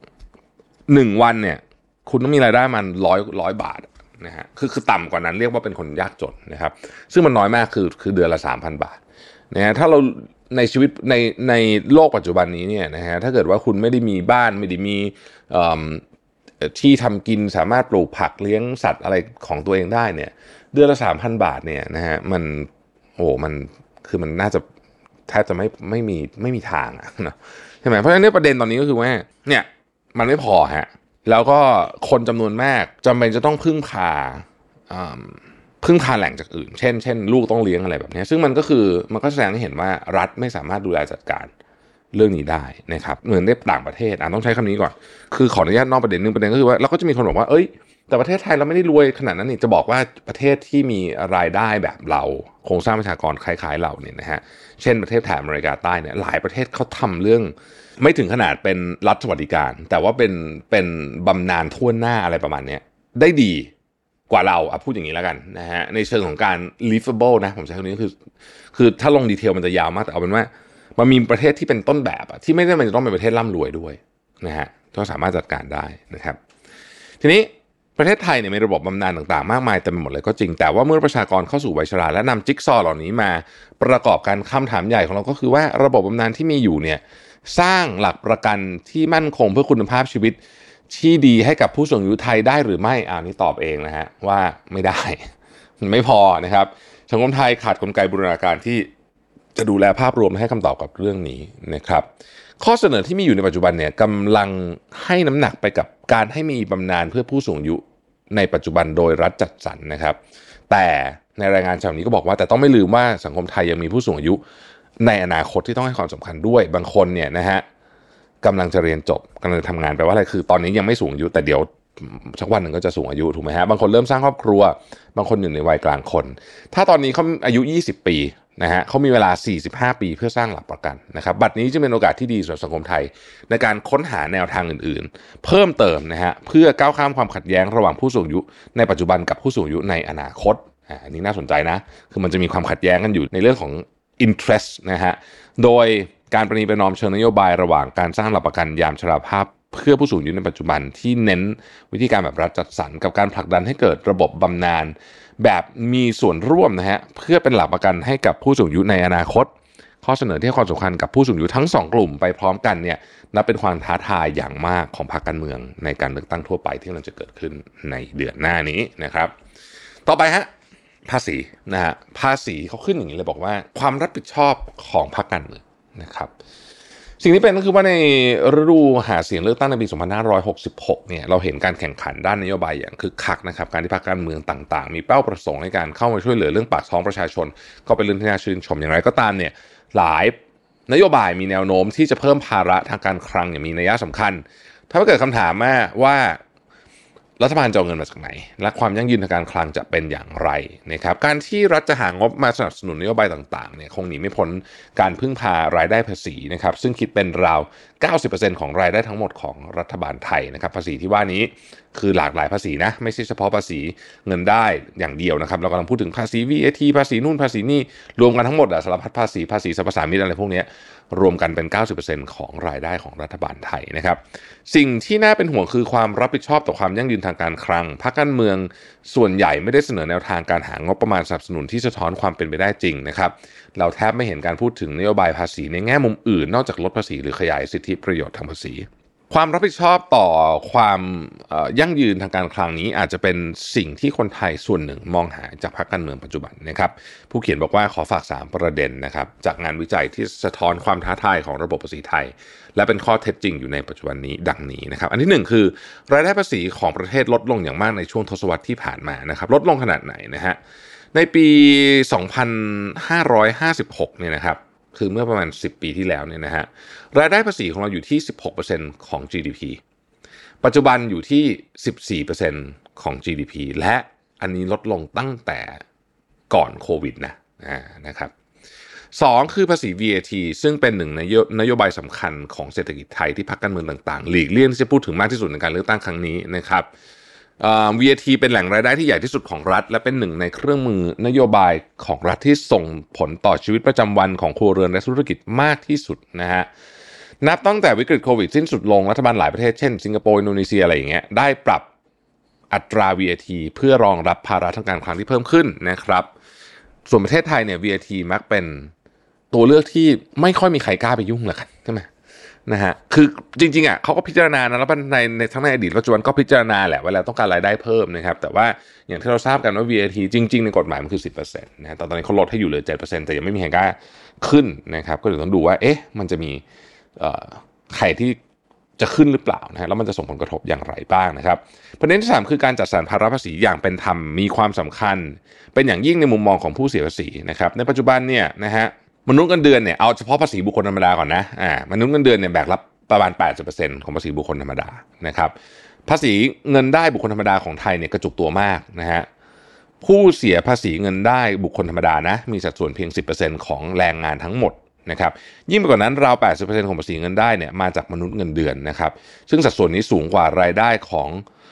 1วันเนี่ยคุณต้องมีรายได้มัน100 บาทนะฮะคือต่ำกว่านั้นเรียกว่าเป็นคนยากจนนะครับซึ่งมันน้อยมากคือเดือนละ 3,000 บาทนะฮะถ้าเราในชีวิตในโลกปัจจุบันนี้เนี่ยนะฮะถ้าเกิดว่าคุณไม่ได้มีบ้านไม่ได้มีที่ทำกินสามารถปลูกผักเลี้ยงสัตว์อะไรของตัวเองได้เนี่ยเดือนละ 3,000 บาทเนี่ยนะฮะมันคือมันน่าจะแทบจะไม่มีทางอะนะใช่ไหมเพราะฉะนั้นประเด็นตอนนี้ก็คือว่าเนี่ยมันไม่พอฮะแล้วก็คนจำนวนมากจำเป็นจะต้องพึ่งพาแหล่งจากอื่นเช่นลูกต้องเลี้ยงอะไรแบบนี้ซึ่งมันก็แสดงให้เห็นว่ารัฐไม่สามารถดูแลจัดการเรื่องนี้ได้นะครับเหมือนในต่างประเทศต้องใช้คำนี้ก่อนคือขออนุญาตนอกประเด็นนึงประเด็นก็คือว่าเราก็จะมีคนบอกว่าแต่ประเทศไทยเราไม่ได้รวยขนาดนั้นนี่จะบอกว่าประเทศที่มีรายได้แบบเราโครงสร้างประชากรคล้ายๆเราเนี่ยนะฮะเช่นประเทศแถบอเมริกาใต้เนี่ยหลายประเทศเขาทำเรื่องไม่ถึงขนาดเป็นรัฐสวัสดิการแต่ว่าเป็นบำนาญทั่วหน้าอะไรประมาณนี้ได้ดีกว่าเราพูดอย่างนี้แล้วกันนะฮะในเชิงของการ livable นะผมใช้คำนี้คือถ้าลงดีเทลมันจะยาวมากแต่เอาเป็นว่ามันมีประเทศที่เป็นต้นแบบที่ไม่ได้มันจะต้องเป็นประเทศร่ำรวยด้วยนะฮะก็สามารถจัดการได้นะครับทีนี้ประเทศไทยเนี่ยมีระบบบำนาญต่างๆมากมายเต็มไปหมดเลยก็จริงแต่ว่าเมื่อประชากรเข้าสู่วัยชราและนำจิ๊กซอว์เหล่านี้มาประกอบกันคำถามใหญ่ของเราก็คือว่าระบบบำนาญที่มีอยู่เนี่ยสร้างหลักประกันที่มั่นคงเพื่อคุณภาพชีวิตที่ดีให้กับผู้สูงอายุไทยได้หรือไม่นี่ตอบเองนะฮะว่าไม่ได้มันไม่พอนะครับสังคมไทยขาดกลไกบูรณาการที่จะดูแลภาพรวมและให้คำตอบกับเรื่องนี้นะครับข้อเสนอที่มีอยู่ในปัจจุบันเนี่ยกำลังให้น้ำหนักไปกับการให้มีบำนาญเพื่อผู้สูงอายุในปัจจุบันโดยรัฐจัดสรรนะครับแต่ในรายงานฉบับนี้ก็บอกว่าแต่ต้องไม่ลืมว่าสังคมไทยยังมีผู้สูงอายุในอนาคตที่ต้องให้ความสำคัญด้วยบางคนเนี่ยนะฮะกำลังจะเรียนจบกำลังจะทำงานแปลว่าอะไรคือตอนนี้ยังไม่สูงอายุแต่เดี๋ยวสักวันหนึ่งก็จะสูงอายุถูกไหมฮะบางคนเริ่มสร้างครอบครัวบางคนอยู่ในวัยกลางคนถ้าตอนนี้เขาอายุ20 ปีนะฮะเขามีเวลา45 ปีเพื่อสร้างหลักประกันนะครับบัดนี้จะเป็นโอกาสที่ดีสำหรับสังคมไทยในการค้นหาแนวทางอื่นๆเพิ่มเติมนะฮะเพื่อก้าวข้ามความขัดแย้งระหว่างผู้สูงอายุในปัจจุบันกับผู้สูงอายุในอนาคตอันนี้น่าสนใจนะคือมันจะมีความขัดแย้งกันอยู่ในเรื่องของ interest นะฮะโดยการประนีประนอมเชิงนโยบายระหว่างการสร้างหลักประกันยามชราภาพเพื่อผู้สูงอายุในปัจจุบันที่เน้นวิธีการแบบรัฐจัดสรรกับการผลักดันให้เกิดระบบบำนาญแบบมีส่วนร่วมนะฮะเพื่อเป็นหลักประกันให้กับผู้สูงอายุในอนาคตข้อเสนอที่ให้ความสำคัญกับผู้สูงอายุทั้ง2กลุ่มไปพร้อมกันเนี่ยนับเป็นความท้าทายอย่างมากของพรรคการเมืองในการเลือกตั้งทั่วไปที่กำลังจะเกิดขึ้นในเดือนหน้านี้นะครับต่อไปฮะภาษีนะฮะภาษีเขาขึ้นอย่างนี้เลยบอกว่าความรับผิดชอบของพรรคการเมืองนะครับสิ่งที่เป็นก็คือว่าในฤดูหาเสียงเลือกตั้งในปี 2566 เนี่ยเราเห็นการแข่งขันด้านนโยบายอย่างคึกคักนะครับการที่พรรคการเมืองต่างๆมีเป้าประสงค์ในการเข้ามาช่วยเหลือเรื่องปากท้องประชาชนก็เป็นเรื่องที่น่าชื่นชมอย่างไรก็ตามเนี่ยหลายนโยบายมีแนวโน้มที่จะเพิ่มภาระทางการคลังอย่างมีนัยสำคัญถ้าเกิดคำถามว่ารัฐบาลจะเอาเงินมาจากไหนและความยั่งยืนทางการคลังจะเป็นอย่างไรนะครับการที่รัฐจะหางบมาสนับสนุนนโยบายต่างๆเนี่ยคงหนีไม่พ้นการพึ่งพารายได้ภาษีนะครับซึ่งคิดเป็นราว 90% ของรายได้ทั้งหมดของรัฐบาลไทยนะครับภาษีที่ว่านี้คือหลากหลายภาษีนะไม่ใช่เฉพาะภาษีเงินได้อย่างเดียวนะครับเรากำลังพูดถึงภาษี VAT ภาษีนู่นภาษีนี่รวมกันทั้งหมดสารพัดภาษีสรรพสามิตอะไรพวกนี้รวมกันเป็น 90% ของรายได้ของรัฐบาลไทยนะครับสิ่งที่น่าเป็นห่วงคือความรับผิดชอบต่อความยั่งยืนทางการคลังพรรคการเมืองส่วนใหญ่ไม่ได้เสนอแนวทางการหางบประมาณสนับสนุนที่สะท้อนความเป็นไปได้จริงนะครับเราแทบไม่เห็นการพูดถึงนโยบายภาษีในแง่มุมอื่นนอกจากลดภาษีหรือขยายสิทธิประโยชน์ทางภาษีความรับผิดชอบต่อความยั่งยืนทางการคลังนี้อาจจะเป็นสิ่งที่คนไทยส่วนหนึ่งมองหาจากพรรคการเมืองปัจจุบันนะครับผู้เขียนบอกว่าขอฝาก3ประเด็นนะครับจากงานวิจัยที่สะท้อนความท้าทายของระบบภาษีไทยและเป็นข้อเท็จจริงอยู่ในปัจจุบันนี้ดังนี้นะครับอันที่1คือรายได้ภาษีของประเทศลดลงอย่างมากในช่วงทศวรรษที่ผ่านมานะครับลดลงขนาดไหนนะฮะในปี 2556 เนี่ยนะครับคือเมื่อประมาณ10 ปีที่แล้วเนี่ยนะฮะรายได้ภาษีของเราอยู่ที่ 16% ของ GDP ปัจจุบันอยู่ที่ 14% ของ GDP และอันนี้ลดลงตั้งแต่ก่อนโควิดนะครับ2คือภาษี VAT ซึ่งเป็นหนึ่งในนโยบายสำคัญของเศรษฐกิจไทยที่พรรคการเมืองต่างๆหลีกเลี่ยงที่จะพูดถึงมากที่สุดในการเลือกตั้งครั้งนี้นะครับVAT เป็นแหล่งรายได้ที่ใหญ่ที่สุดของรัฐและเป็นหนึ่งในเครื่องมือนโยบายของรัฐที่ส่งผลต่อชีวิตประจำวันของครัวเรือนและธุรกิจมากที่สุดนะฮะนับตั้งแต่วิกฤตโควิดสิ้นสุดลงรัฐบาลหลายประเทศเช่นสิงคโปร์อินโดนีเซียอะไรอย่างเงี้ยได้ปรับอัตรา VAT เพื่อรองรับภาระทางการคลังที่เพิ่มขึ้นนะครับส่วนประเทศไทยเนี่ย VAT มักเป็นตัวเลือกที่ไม่ค่อยมีใครกล้าไปยุ่งเลยใช่ไหมนะฮะคือจริงๆเขาก็พิจารณานะแล้วในทั้งในอดีตปัจจุบันก็พิจารณาแหละเวลาต้องการรายได้เพิ่มนะครับแต่ว่าอย่างที่เราทราบกันว่า VAT จริงๆในกฎหมายมันคือ 10% นะตอนนี้เขาลดให้อยู่เหลือ 7% แต่ยังไม่มีใครกล้าขึ้นนะครับก็เดี๋ยวต้องดูว่ามันจะมีใครที่จะขึ้นหรือเปล่านะฮะแล้วมันจะส่งผลกระทบอย่างไรบ้างนะครับประเด็นที่3คือการจัดสรรภาระภาษีอย่างเป็นธรรมมีความสำคัญเป็นอย่างยิ่งในมุมมองของผู้เสียภาษีนะครับในปัจจุบันเนี่ยนะฮะมนุษย์เงินเดือนเนี่ยเอาเฉพาะภาษีบุคคลธรรมดาก่อนนะมนุษย์เงินเดือนเนี่ยแบกรับประมาณ 80% ของภาษีบุคคลธรรมดานะครับภาษีเงินได้บุคคลธรรมดาของไทยเนี่ยกระจุกตัวมากนะฮะผู้เสียภาษีเงินได้บุคคลธรรมดานะมีสัดส่วนเพียง 10% ของแรงงานทั้งหมดนะครับยิ่งไปกว่านั้นราว 80% ของภาษีเงินได้เนี่ยมาจากมนุษย์เงินเดือนนะครับซึ่งสัดส่วนนี้สูงกว่ารายได้ของ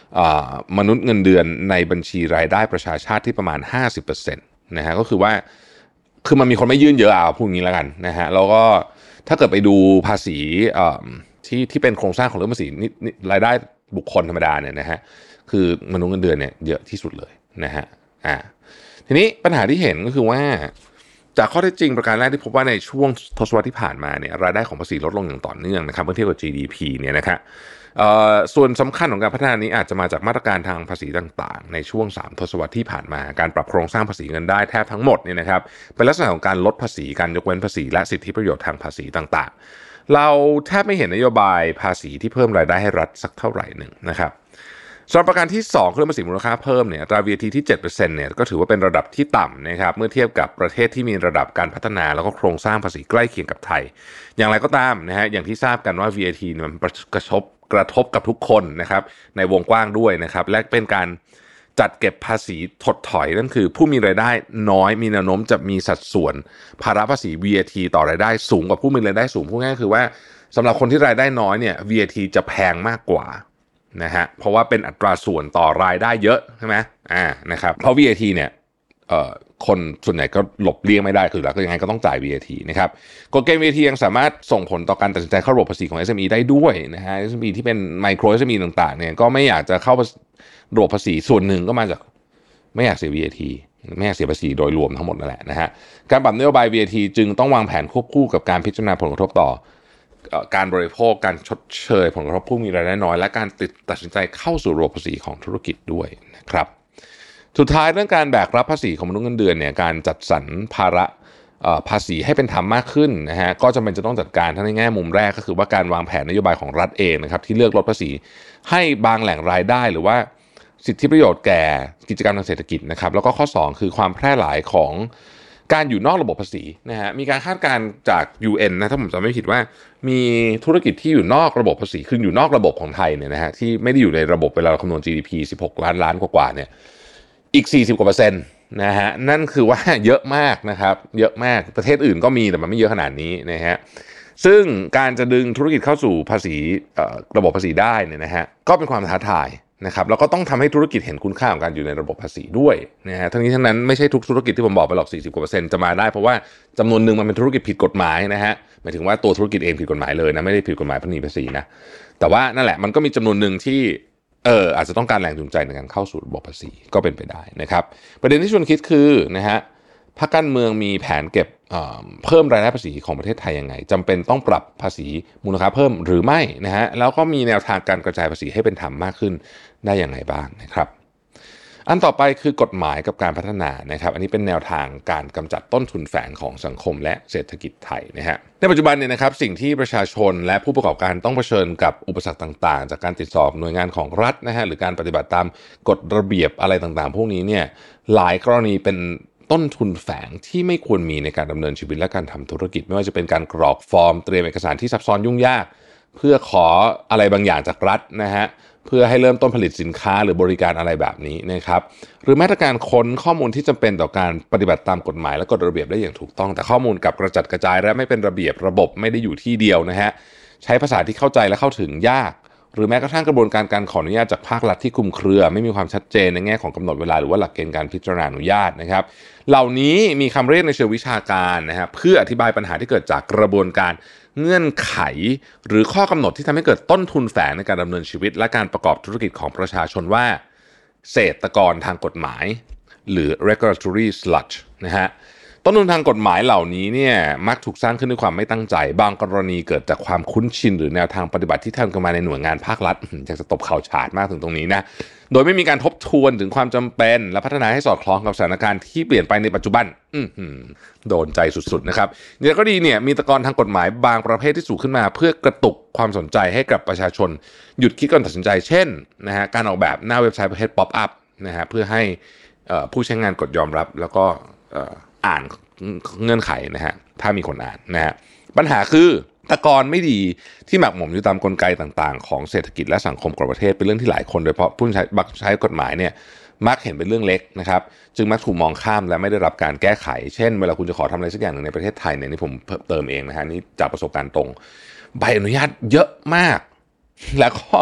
มนุษย์เงินเดือนในบัญชีรายได้ประชาชาติที่ประมาณ 50% นะฮะก็คือว่าคือมันมีคนไม่ยื่นเยอะพูดงี้แล้วกันนะฮะแล้วก็ถ้าเกิดไปดูภาษีที่เป็นโครงสร้างของเรื่องภาษีรายได้บุคคลธรรมดาเนี่ยนะฮะคือมนุษย์เงินเดือนเนี่ยเยอะที่สุดเลยนะฮะทีนี้ปัญหาที่เห็นก็คือว่าจากข้อเท็จจริงประการแรกที่พบว่าในช่วงทศวรรษที่ผ่านมาเนี่ยรายได้ของภาษีลดลงอย่างต่อเนื่องนะครับเมื่อเทียบกับ GDP เนี่ยนะครับส่วนสำคัญของการพัฒนานี้อาจจะมาจากมาตรการทางภาษีต่างๆในช่วง3ทศวรรษที่ผ่านมาการปรับโครงสร้างภาษีเงินได้แทบทั้งหมดเนี่ยนะครับเป็นลักษณะของการลดภาษีการยกเว้นภาษีและสิทธิประโยชน์ทางภาษีต่างๆเราแทบไม่เห็นนโยบายภาษีที่เพิ่มรายได้ให้รัฐสักเท่าไหร่หนึ่งนะครับส่วนประการที่2คือภาษีมูลค่าเพิ่มเนี่ยอัตรา VAT ที่ 7% เนี่ยก็ถือว่าเป็นระดับที่ต่ำนะครับเมื่อเทียบกับประเทศที่มีระดับการพัฒนาแล้วก็โครงสร้างภาษีใกล้เคียงกับไทยอย่างไรก็ตามนะฮะอย่างที่ทราบกันว่า VAT มันกระทบกับทุกคนนะครับในวงกว้างด้วยนะครับและเป็นการจัดเก็บภาษีถดถอยนั่นคือผู้มีรายได้น้อยมีแนวโน้มจะมีสัดส่วนภาระภาษี VAT ต่อรายได้สูงกว่าผู้มีรายได้สูงพูดง่ายๆคือว่าสำหรับคนที่รายได้น้อยเนี่ย VAT จะแพงมากกว่านะฮะเพราะว่าเป็นอัตราส่วนต่อรายได้เยอะใช่ไหมนะครับเพราะ VAT เนี่ยคนส่วนใหญ่ก็หลบเลี่ยงไม่ได้คือแล้วก็ยังไงก็ต้องจ่าย VAT นะครับกฎเกณฑ์ VAT ยังสามารถส่งผลต่อการตัดสินใจเข้าระบบภาษีของ SME ได้ด้วยนะฮะ SME ที่เป็นไมโคร SME ต่างๆเนี่ยก็ไม่อยากจะเข้าระบบภาษีส่วนหนึ่งก็มาจากไม่อยากเสีย VAT ไม่อยากเสียภาษีโดยรวมทั้งหมดนั่นแหละนะฮะการปรับนโยบาย VAT จึงต้องวางแผนควบคู่กับการพิจารณาผลกระทบต่อการบริโภคการชดเชยผลกระทบผู้มีรายได้น้อยและการตัดสินใจเข้าสู่ระบบภาษีของธุรกิจด้วยนะครับสุดท้ายเรื่องการแบกรับภาษีของมนุษย์เงินเดือนเนี่ยการจัดสรรภาระภาษีให้เป็นธรรมมากขึ้นนะฮะก็จำเป็นจะต้องจัดการทั้งในแง่มุมแรกก็คือว่าการวางแผนนโยบายของรัฐเองนะครับที่เลือกลดภาษีให้บางแหล่งรายได้หรือว่าสิทธิประโยชน์แก่กิจกรรมทางเศรษฐกิจนะครับแล้วก็ข้อ2คือความแพร่หลายของการอยู่นอกระบบภาษีนะฮะมีการคาดการณ์จาก UN นะถ้าผมจำไม่ผิดว่ามีธุรกิจที่อยู่นอกระบบภาษีคืออยู่นอกระบบของไทยเนี่ยนะฮะที่ไม่ได้อยู่ในระบบเวลาเราคำนวณ GDP 16 ล้านกว่าเนี่ยอีก40%กว่านะฮะนั่นคือว่าเยอะมากนะครับเยอะมากประเทศอื่นก็มีแต่มันไม่เยอะขนาดนี้นะฮะซึ่งการจะดึงธุรกิจเข้าสู่ภาษีระบบภาษีได้เนี่ยนะฮะก็เป็นความท้าทายนะครับแล้วก็ต้องทำให้ธุรกิจเห็นคุณค่าของการอยู่ในระบบภาษีด้วยนะฮะทั้งนี้ทั้งนั้นไม่ใช่ทุกธุรกิจที่ผมบอกไปหรอก40%กว่าจะมาได้เพราะว่าจำนวนหนึ่งมันเป็นธุรกิจผิดกฎหมายนะฮะหมายถึงว่าตัวธุรกิจเองผิดกฎหมายเลยนะไม่ได้ผิดกฎหมายหนีภาษีนะแต่ว่านั่นแหละมันก็มีจำนวนหนึ่งที่อาจจะต้องการแรงจูงใจในการเข้าสู่ระบบภาษีก็เป็นไปได้นะครับประเด็นที่ชวนคิดคือนะฮะพรรคการเมืองมีแผนเก็บเพิ่มรายได้ภาษีของประเทศไทยยังไงจำเป็นต้องปรับภาษีมูลค่าเพิ่มหรือไม่นะฮะแล้วก็มีแนวทางการกระจายภาษีให้เป็นธรรมมากขึ้นได้อย่างไรบ้างนะครับอันต่อไปคือกฎหมายกับการพัฒนานะครับอันนี้เป็นแนวทางการกำจัดต้นทุนแฝงของสังคมและเศรษฐกิจไทยนะฮะในปัจจุบันเนี่ยนะครับสิ่งที่ประชาชนและผู้ประกอบการต้องเผชิญกับอุปสรรคต่างๆจากการติดสอบหน่วยงานของรัฐนะฮะหรือการปฏิบัติตามกฎระเบียบอะไรต่างๆพวกนี้เนี่ยหลายกรณีเป็นต้นทุนแฝงที่ไม่ควรมีในการดำเนินชีวิตและการทำธุรกิจไม่ว่าจะเป็นการกรอกฟอร์มเตรียมเอกสารที่ซับซ้อนยุ่งยากเพื่อขออะไรบางอย่างจากรัฐนะฮะเพื่อให้เริ่มต้นผลิตสินค้าหรือบริการอะไรแบบนี้นะครับหรือแม้แต่การค้นข้อมูลที่จำเป็นต่อการปฏิบัติตามกฎหมายและกฎระเบียบได้อย่างถูกต้องแต่ข้อมูลกับกระจัดกระจายและไม่เป็นระเบียบระบบไม่ได้อยู่ที่เดียวนะฮะใช้ภาษาที่เข้าใจและเข้าถึงยากหรือแม้กระทั่งกระบวนการขออนุญาตจากภาครัฐที่คลุมเครือไม่มีความชัดเจนในแง่ของกำหนดเวลาหรือว่าหลักเกณฑ์การพิจารณาอนุญาตนะครับเหล่านี้มีคำเรียกในเชิงวิชาการนะฮะเพื่ออธิบายปัญหาที่เกิดจากกระบวนการเงื่อนไขหรือข้อกำหนดที่ทำให้เกิดต้นทุนแฝงในการดำเนินชีวิตและการประกอบธุรกิจของประชาชนว่าเศรษฐกรทางกฎหมายหรือ regulatory sludge นะฮะต้นทุนทางกฎหมายเหล่านี้เนี่ยมักถูกสร้างขึ้นด้วยความไม่ตั้งใจบางกรณีเกิดจากความคุ้นชินหรือแนวทางปฏิบัติที่ทำกันมาในหน่วยงานภาครัฐอยากจะตบเข่าฉาดมากถึงตรงนี้นะโดยไม่มีการทบทวนถึงความจำเป็นและพัฒนาให้สอดคล้องกับสถานการณ์ที่เปลี่ยนไปในปัจจุบันโดนใจสุดๆนะครับอย่างก็ดีเนี่ยมีตะกอนทางกฎหมายบางประเภทที่สูงขึ้นมาเพื่อกระตุกความสนใจให้กับประชาชนหยุดคิดก่อนตัดสินใจเช่นนะฮะการออกแบบหน้าเว็บไซต์ประเภท pop up นะฮะเพื่อให้ผู้ใช้งานกดยอมรับแล้วก็อ่านเงื่อนไขนะฮะถ้ามีคนอ่านนะฮะปัญหาคือตะกอนไม่ดีที่หมักหมมอยู่ตามกลไกต่างๆของเศรษฐกิจและสังคมของประเทศเป็นเรื่องที่หลายคนโดยเฉพาะผู้ใช้กฎหมายเนี่ยมักเห็นเป็นเรื่องเล็กนะครับจึงมักถูกมองข้ามและไม่ได้รับการแก้ไขเช่นเวลาคุณจะขอทำอะไรสักอย่างหนึ่งในประเทศไทยเนี่ยนี่ผมเติมเองนะฮะนี่จากประสบการณ์ตรงใบอนุญาตเยอะมากแล้วก็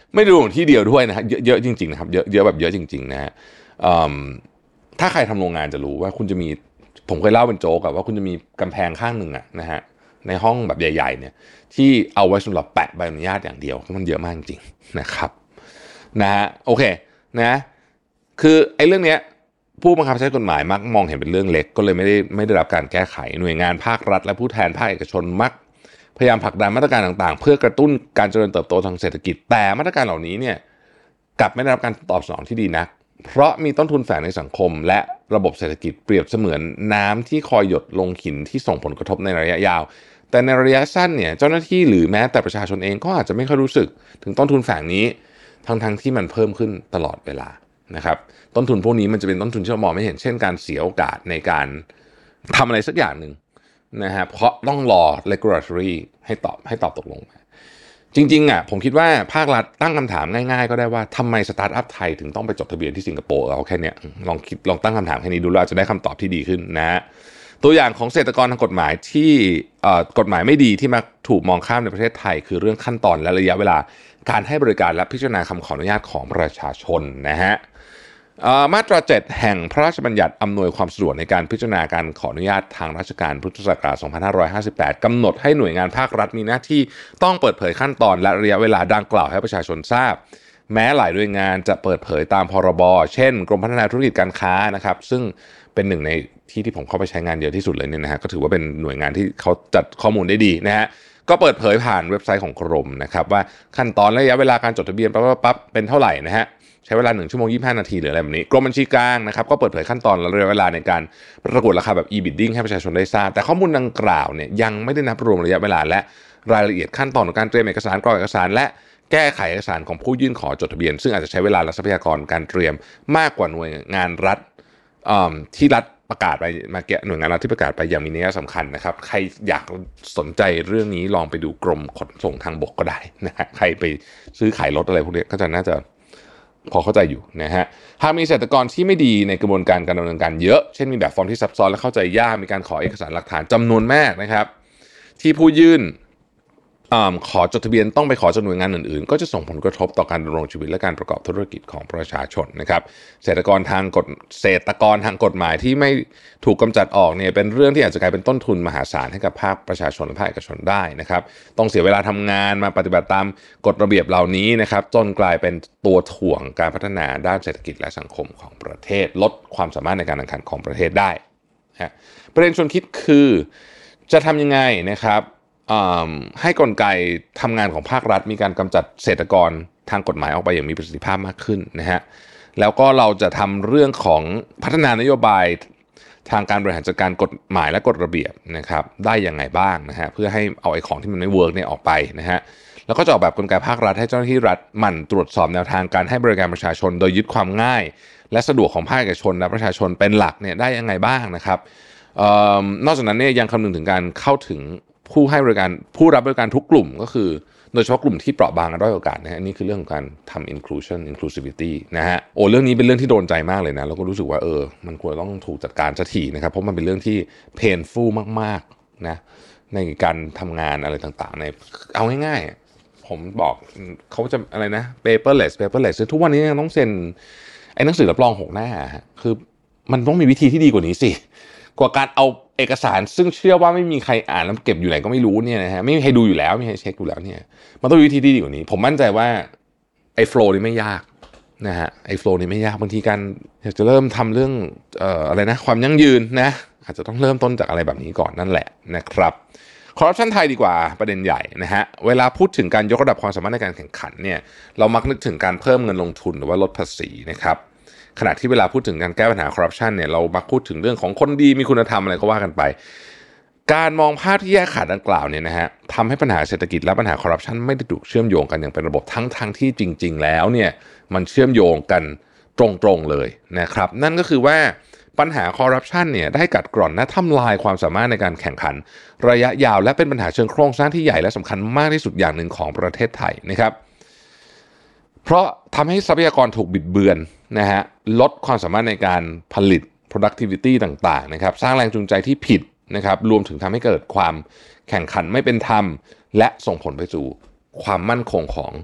ไม่ดูของที่เดียวด้วยนะฮะเยอะจริงๆนะครับเยอะแบบเยอะจริงๆนะฮะถ้าใครทำโรงงานจะรู้ว่าคุณจะมีผมเคยเล่าเป็นโจ๊กว่าคุณจะมีกำแพงข้างหนึ่งนะฮะในห้องแบบใหญ่ๆเนี่ยที่เอาไว้สำหรับแปะใบอนุญาตอย่างเดียวมันเยอะมากจริงๆนะครับนะฮะโอเคนะคือไอ้เรื่องเนี้ยผู้บังคับใช้กฎหมายมักมองเห็นเป็นเรื่องเล็กก็เลยไม่ได้รับการแก้ไขหน่วยงานภาครัฐและผู้แทนภาคเอกชนมักพยายามผลักดันมาตรการต่างๆเพื่อกระตุ้นการเจริญเติบโตทางเศรษฐกิจแต่มาตรการเหล่านี้เนี่ยกลับไม่ได้รับการตอบสนองที่ดีนักเพราะมีต้นทุนแฝงในสังคมและระบบเศรษฐกิจเปรียบเสมือนน้ำที่คอยหยดลงหินที่ส่งผลกระทบในระยะยาวแต่ในระยะสั้นเนี่ยเจ้าหน้าที่หรือแม้แต่ประชาชนเองก็อาจจะไม่ค่อยรู้สึกถึงต้นทุนแฝงนี้ทั้งที่มันเพิ่มขึ้นตลอดเวลานะครับต้นทุนพวกนี้มันจะเป็นต้นทุนที่เรามองไม่เห็นเช่นการเสียโอกาสในการทำอะไรสักอย่างหนึ่งนะฮะเพราะต้องรอ regulatory ให้ตอบตกลงมาจริงๆผมคิดว่าภาครัฐตั้งคำถามง่ายๆก็ได้ว่าทำไมสตาร์ทอัพไทยถึงต้องไปจดทะเบียนที่สิงคโปร์เอาแค่นี้ลองตั้งคำถามแค่นี้ดูแล้วจะได้คำตอบที่ดีขึ้นนะฮะตัวอย่างของเกษตรกรทางกฎหมายที่กฎหมายไม่ดีที่มักถูกมองข้ามในประเทศไทยคือเรื่องขั้นตอนและระยะเวลาการให้บริการและพิจารณาคำขออนุญาตของประชาชนนะฮะมาตรา 7 แห่งพระราชบัญญัติอำนวยความสะดวกในการพิจารณาการขออนุญาตทางราชการพุทธศักราช 2558 กำหนดให้หน่วยงานภาครัฐมีหน้าที่ต้องเปิดเผยขั้นตอนและระยะเวลาดังกล่าวให้ประชาชนทราบแม้หลายหน่วยงานจะเปิดเผยตามพรบเช่นกรมพัฒนาธุรกิจการค้านะครับซึ่งเป็นหนึ่งในที่ผมเข้าไปใช้งานเยอะที่สุดเลยเนี่ยนะฮะก็ถือว่าเป็นหน่วยงานที่เขาจัดข้อมูลได้ดีนะฮะก็เปิดเผยผ่านเว็บไซต์ของกรมนะครับว่าขั้นตอนและระยะเวลาการจดทะเบียนปั๊บเป็นเท่าไหร่นะฮะใช้เวลา1 ชั่วโมง 25 นาทีหรืออะไรแบบนี้กรมบัญชีกลางนะครับก็เปิดเผยขั้นตอนและระยะเวลาในการประกวดราคาแบบ e-bidding ให้ประชาชนได้ทราบแต่ข้อมูลดังกล่าวเนี่ยยังไม่ได้นับรวมระยะเวลาและรายละเอียดขั้นตอนของการเตรียมเอกสารกรอกเอกสารและแก้ไขเอกสารของผู้ยื่นขอจดทะเบียนซึ่งอาจจะใช้เวลาและทรัพยากรการเตรียมมากกว่าหน่วยงานรัฐที่รัฐประกาศไปมาเกี่ยหน่วยงานรัฐที่ประกาศไปอย่างมีนัยสำคัญนะครับใครอยากสนใจเรื่องนี้ลองไปดูกรมขนส่งทางบกก็ได้นะฮะใครไปซื้อขายรถอะไรพวกนี้ก็จะน่าจะพอเข้าใจอยู่นะฮะหากมีเกษตรกรที่ไม่ดีในกระบวนการดำเนินการเยอะเช่นมีแบบฟอร์มที่ซับซ้อนและเข้าใจยากมีการขอเอกสารหลักฐานจำนวนมากนะครับที่ผู้ยื่นขอจดทะเบียนต้องไปขอจากหน่วยงานอื่นๆก็จะส่งผลกระทบต่อการดำรงชีวิตและการประกอบธุรกิจของประชาชนนะครับเกษตรกรทางกฎหมายที่ไม่ถูกกำจัดออกเนี่ยเป็นเรื่องที่อาจจะกลายเป็นต้นทุนมหาศาลให้กับภาคประชาชนและภาคเอกชนได้นะครับต้องเสียเวลาทำงานมาปฏิบัติตามกฎระเบียบเหล่านี้นะครับจนกลายเป็นตัวถ่วงการพัฒนาด้านเศรษฐกิจและสังคมของประเทศลดความสามารถในการแข่งขันของประเทศได้ประเด็นชวนคิดคือจะทำยังไงนะครับให้กลไกทำงานของภาครัฐมีการกำจัดเกษตรกรทางกฎหมายออกไปอย่างมีประสิทธิภาพมากขึ้นนะฮะแล้วก็เราจะทำเรื่องของพัฒนานโยบายทางการบริหารจัดการกฎหมายและกฎระเบียบนะครับได้ยังไงบ้างนะฮะเพื่อให้เอาไอ้ของที่มันไม่เวิร์กเนี่ยออกไปนะฮะแล้วก็จะออกแบบกลไกภาครัฐให้เจ้าหน้าที่รัฐหมั่นตรวจสอบแนวทางการให้บริการประชาชนโดยยึดความง่ายและสะดวกของภาคเอกชนและประชาชนเป็นหลักเนี่ยได้ยังไงบ้างนะครับนอกจากนั้นเนี่ยยังคำนึงถึงการเข้าถึงผู้รับบริการทุกกลุ่มก็คือโดยเฉพาะกลุ่มที่เปราะบางและด้อยโอกาสนะฮะนี่คือเรื่องของการทำ inclusivity นะฮะเรื่องนี้เป็นเรื่องที่โดนใจมากเลยนะแล้วก็รู้สึกว่ามันควรต้องถูกจัดการสักทีนะครับเพราะมันเป็นเรื่องที่ painful มากๆนะในการทำงานอะไรต่างๆในเอาง่ายๆผมบอกเขาจะอะไรนะ paperless ทุกวันนี้ยังต้องเซ็นไอ้หนังสือรับรอง6 หน้าคือมันต้องมีวิธีที่ดีกว่านี้สิกว่าการเอาเอกสารซึ่งเชื่อว่าไม่มีใครอ่านแล้วเก็บอยู่ไหนก็ไม่รู้เนี่ยนะฮะไม่มีใครดูอยู่แล้วไม่มีใครเช็คอยู่แล้วเนี่ยมันต้องมีวิธีที่ดีกว่านี้ผมมั่นใจว่าไอ้โฟลว์นี่ไม่ยากนะฮะไอ้โฟลว์นี่ไม่ยากบางทีการอยากจะเริ่มทำเรื่องอะไรนะความยั่งยืนนะอาจจะต้องเริ่มต้นจากอะไรแบบนี้ก่อนนั่นแหละนะครับคอร์รัปชันไทยดีกว่าประเด็นใหญ่นะฮะเวลาพูดถึงการยกระดับความสามารถในการแข่งขันเนี่ยเรามักนึกถึงการเพิ่มเงินลงทุนหรือว่าลดภาษีนะครับขณะที่เวลาพูดถึงการแก้ปัญหาคอร์รัปชันเนี่ยเรามักพูดถึงเรื่องของคนดีมีคุณธรรมอะไรก็ว่ากันไปการมองภาพที่แยกขาดดังกล่าวเนี่ยนะฮะทำให้ปัญหาเศรษฐกิจและปัญหาคอร์รัปชันไม่ได้ถูกเชื่อมโยงกันอย่างเป็นระบบทั้งที่จริงๆแล้วเนี่ยมันเชื่อมโยงกันตรงๆเลยนะครับนั่นก็คือว่าปัญหาคอร์รัปชันเนี่ยได้กัดกร่อนและทำลายความสามารถในการแข่งขันระยะยาวและเป็นปัญหาเชิงโครงสร้างที่ใหญ่และสำคัญมากที่สุดอย่างหนึ่งของประเทศไทยนะครับเพราะทำให้ทรัพยากรถูกบิดเบือนนะฮะลดความสามารถในการผลิต productivity ต่างๆนะครับสร้างแรงจูงใจที่ผิดนะครับรวมถึงทำให้เกิดความแข่งขันไม่เป็นธรรมและส่งผลไปสู่ความมั่นคงของ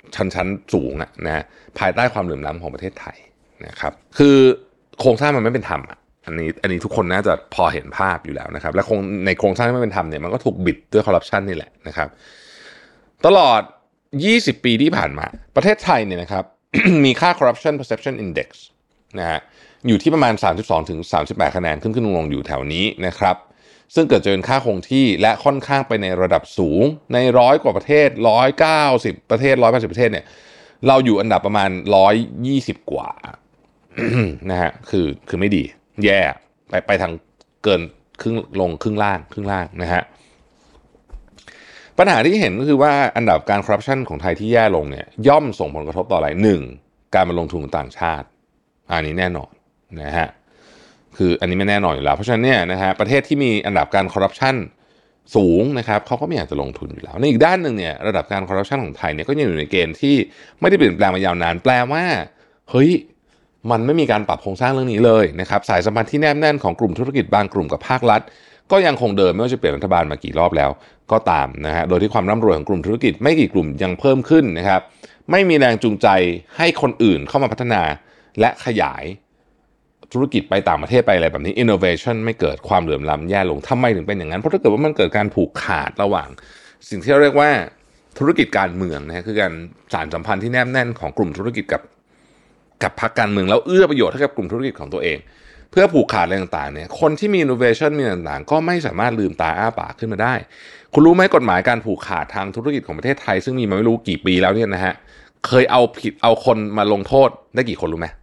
ชั้นสูงนะภายใต้ความเหลื่อมล้ำของประเทศไทยนะครับคือโครงสร้างมันไม่เป็นธรรมอันนี้ทุกคนน่าจะพอเห็นภาพอยู่แล้วนะครับและในโครงสร้างที่ไม่เป็นธรรมเนี่ยมันก็ถูกบิดด้วยคอร์รัปชันนี่แหละนะครับตลอด20 ปีที่ผ่านมาประเทศไทยเนี่ยนะครับ มีค่า corruption perception index นะฮะอยู่ที่ประมาณ 32-38 คะแนนขึ้นลงอยู่แถวนี้นะครับซึ่งเกิดจะเป็นค่าคงที่และค่อนข้างไปในระดับสูงใน100 กว่าประเทศ190 ประเทศ180 ประเทศเนี่ยเราอยู่อันดับประมาณ120 กว่า นะฮะคือไม่ดีแย่ไปทางเกินครึ่งล่างนะฮะปัญหาที่เห็นก็คือว่าอันดับการคอร์รัปชันของไทยที่แย่ลงเนี่ยย่อมส่งผลกระทบต่ออะไร1การมาลงทุนของต่างชาติอันนี้แน่นอนนะฮะคืออันนี้ไม่แน่นอนอยู่แล้วเพราะฉะนั้นเนี่ยนะฮะประเทศที่มีอันดับการคอร์รัปชันสูงนะครับเขาก็ไม่อยากจะลงทุนอยู่แล้วในอีกด้านหนึ่งเนี่ยระดับการคอร์รัปชันของไทยเนี่ยก็ยังอยู่ในเกณฑ์ที่ไม่ได้เปลี่ยนแปลงมายาวนานแปลว่าเฮ้ยมันไม่มีการปรับโครงสร้างเรื่องนี้เลยนะครับสายสัมพันธ์ที่แนบแน่นของกลุ่มธุรกิจบางกลุ่มกับภาครัฐก็ยังคงเดิมไม่ว่าจะเปลี่ยนรัฐบาลมากี่รอบแล้วก็ตามนะฮะโดยที่ความร่ำรวยของกลุ่มธุรกิจไม่กี่กลุ่มยังเพิ่มขึ้นนะครับไม่มีแรงจูงใจให้คนอื่นเข้ามาพัฒนาและขยายธุรกิจไปต่างประเทศไปอะไรแบบนี้ innovation ไม่เกิดความเหลื่อมล้ำแย่ลงทำไมถึงเป็นอย่างนั้นเพราะถ้าเกิดว่ามันเกิดการผูกขาดระหว่างสิ่งที่เราเรียกว่าธุรกิจการเมืองนะคือการสานสัมพันธ์ที่แนบแน่นของกลุ่มธุรกิจกับพรรคการเมืองแล้วเอื้อประโยชน์ให้กับกลุ่มธุรกิจของตัวเองเพื่อผูกขาดอะไรต่างๆเนี่ยคนที่มี innovation มีต่างๆก็ไม่สามารถลืมตาอ้าปากขึ้นมาได้คุณรู้ไหมกฎหมายการผูกขาดทางธุรกิจของประเทศไทยซึ่งมีมาไม่รู้กี่ปีแล้วเนี่ยนะฮะเคยเอาคนมาลงโทษได้กี่คนรู้ไหม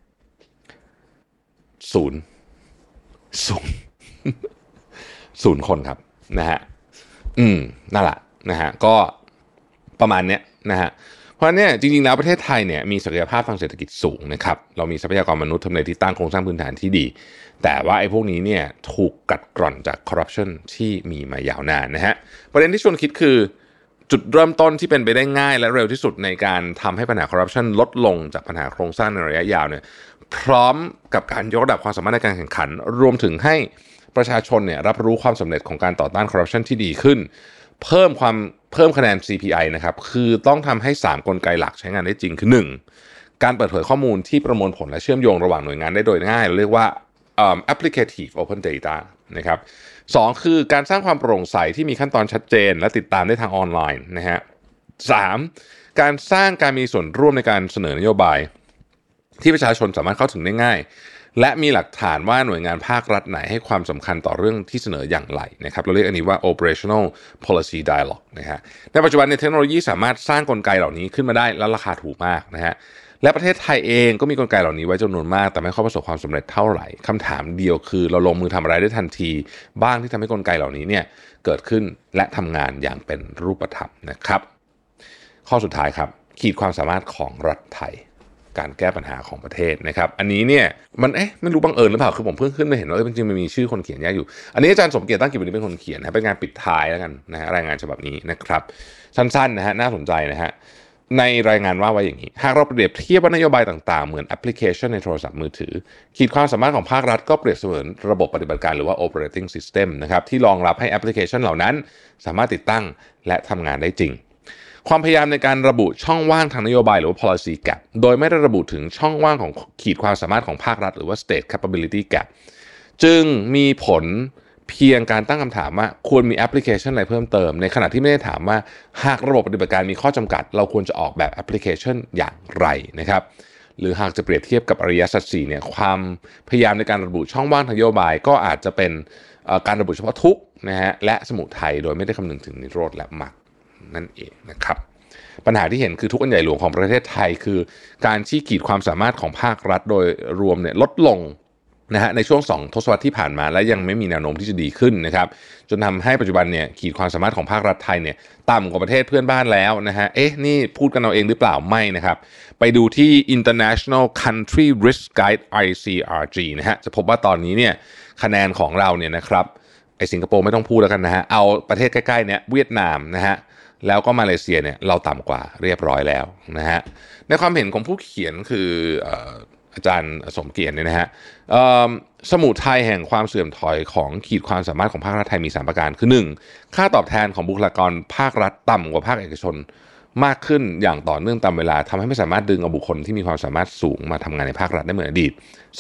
ศูนย์คนครับนะฮะนั่นแหละนะฮะก็ประมาณเนี้ยนะฮะเพราะเนี่ยจริงๆแล้วประเทศไทยเนี่ยมีศักยภาพทางเศรษฐกิจสูงนะครับเรามีทรัพยากรมนุษย์ทำเลที่ตั้งโครงสร้างพื้นฐานที่ดีแต่ว่าไอ้พวกนี้เนี่ยถูกกัดกร่อนจากคอร์รัปชันที่มีมายาวนานนะฮะประเด็นที่ชวนคิดคือจุดเริ่มต้นที่เป็นไปได้ง่ายและเร็วที่สุดในการทำให้ปัญหาคอร์รัปชันลดลงจากปัญหาโครงสร้างในระยะยาวเนี่ยพร้อมกับการยกระดับความสามารถในการแข่งขันรวมถึงให้ประชาชนเนี่ยรับรู้ความสำเร็จของการต่อต้านคอร์รัปชันที่ดีขึ้นเพิ่มคะแนน CPI นะครับคือต้องทำให้3กลไกหลักใช้งานได้จริงคือ1การเปิดเผยข้อมูลที่ประมวลผลและเชื่อมโยงระหว่างหน่วยงานได้โดยง่ายเราเรียกว่าapplicative open data นะครับ2คือการสร้างความโปร่งใสที่มีขั้นตอนชัดเจนและติดตามได้ทางออนไลน์นะฮะ3การสร้างการมีส่วนร่วมในการเสนอนโยบายที่ประชาชนสามารถเข้าถึงได้ง่ายและมีหลักฐานว่าหน่วยงานภาครัฐไหนให้ความสำคัญต่อเรื่องที่เสนออย่างไรนะครับเราเรียกอันนี้ว่า operational policy dialogue นะฮะในปัจจุบันในเทคโนโลยีสามารถสร้างกลไกเหล่านี้ขึ้นมาได้และราคาถูกมากนะฮะและประเทศไทยเองก็มีกลไกเหล่านี้ไว้จำนวนมากแต่ไม่ค่อยประสบความสำเร็จเท่าไหร่คำถามเดียวคือเราลงมือทำอะไรได้ทันทีบ้างที่ทำให้กลไกเหล่านี้เนี่ยเกิดขึ้นและทำงานอย่างเป็นรูปธรรมนะครับข้อสุดท้ายครับขีดความสามารถของรัฐไทยการแก้ปัญหาของประเทศนะครับอันนี้เนี่ยมันไม่รู้บังเอิญหรือเปล่าคือผมเพิ่งขึ้นมาเห็นว่าจริงๆมันมีชื่อคนเขียนแยกอยู่อันนี้อาจารย์สมเกียรติตั้งกิจวันนี้เป็นคนเขียนนะเป็นงานปิดท้ายแล้วกันนะฮะรายงานฉบับนี้นะครับสั้นๆนะฮะน่าสนใจนะฮะในรายงานว่าไว้อย่างนี้หากเราเปรียบเทียบว่านโยบายต่างๆเหมือนแอปพลิเคชันในโทรศัพท์มือถือขีดความสามารถของภาครัฐก็เปรียบเสมือนระบบปฏิบัติการหรือว่า operating system นะครับที่รองรับให้แอปพลิเคชันเหล่านั้นสามารถติดตั้งและทำงานได้จริงความพยายามในการระบุช่องว่างทางนโยบายหรือว่า policy gap โดยไม่ได้ระบุถึงช่องว่างของขีดความสามารถของภาครัฐหรือว่า state capability gap จึงมีผลเพียงการตั้งคำถามว่าควรมีแอปพลิเคชันอะไรเพิ่มเติมในขณะที่ไม่ได้ถามว่าหากระบบปฏิบัติการมีข้อจำกัดเราควรจะออกแบบแอปพลิเคชันอย่างไรนะครับหรือหากจะเปรียบเทียบกับอริยสัจ4เนี่ยความพยายามในการระบุช่องว่างทางนโยบายก็อาจจะเป็นการระบุเฉพาะทุกข์นะฮะและสมุทัยโดยไม่ได้คำนึงถึงนิโรธและมรรคนั่นเองนะครับปัญหาที่เห็นคือทุกข์อันใหญ่หลวงของประเทศไทยคือการชี้ขีดความสามารถของภาครัฐโดยรวมเนี่ยลดลงนะฮะในช่วง2ทศวรรษที่ผ่านมาและยังไม่มีแนวโน้มที่จะดีขึ้นนะครับจนทำให้ปัจจุบันเนี่ยขีดความสามารถของภาครัฐไทยเนี่ยต่ำกว่าประเทศเพื่อนบ้านแล้วนะฮะนี่พูดกันเอาเองหรือเปล่าไม่นะครับไปดูที่ International Country Risk Guide ICRG นะฮะจะพบว่าตอนนี้เนี่ยคะแนนของเราเนี่ยนะครับสิงคโปร์ไม่ต้องพูดแล้วกันนะฮะเอาประเทศใกล้ๆเนี่ยเวียดนามนะฮะแล้วก็มาเลเซียเนี่ยเราต่ำกว่าเรียบร้อยแล้วนะฮะในความเห็นของผู้เขียนคืออาจารย์สมเกียรติเนี่ยนะฮะสมุทัยแห่งความเสื่อมถอยของขีดความสามารถของภาครัฐไทยมี3ประการคือ1ค่าตอบแทนของบุคลากรภาครัฐต่ำกว่าภาคเอกชนมากขึ้นอย่างต่อเนื่องตามเวลาทำให้ไม่สามารถดึงเอาบุคคลที่มีความสามารถสูงมาทำงานในภาครัฐได้เหมือนอดีต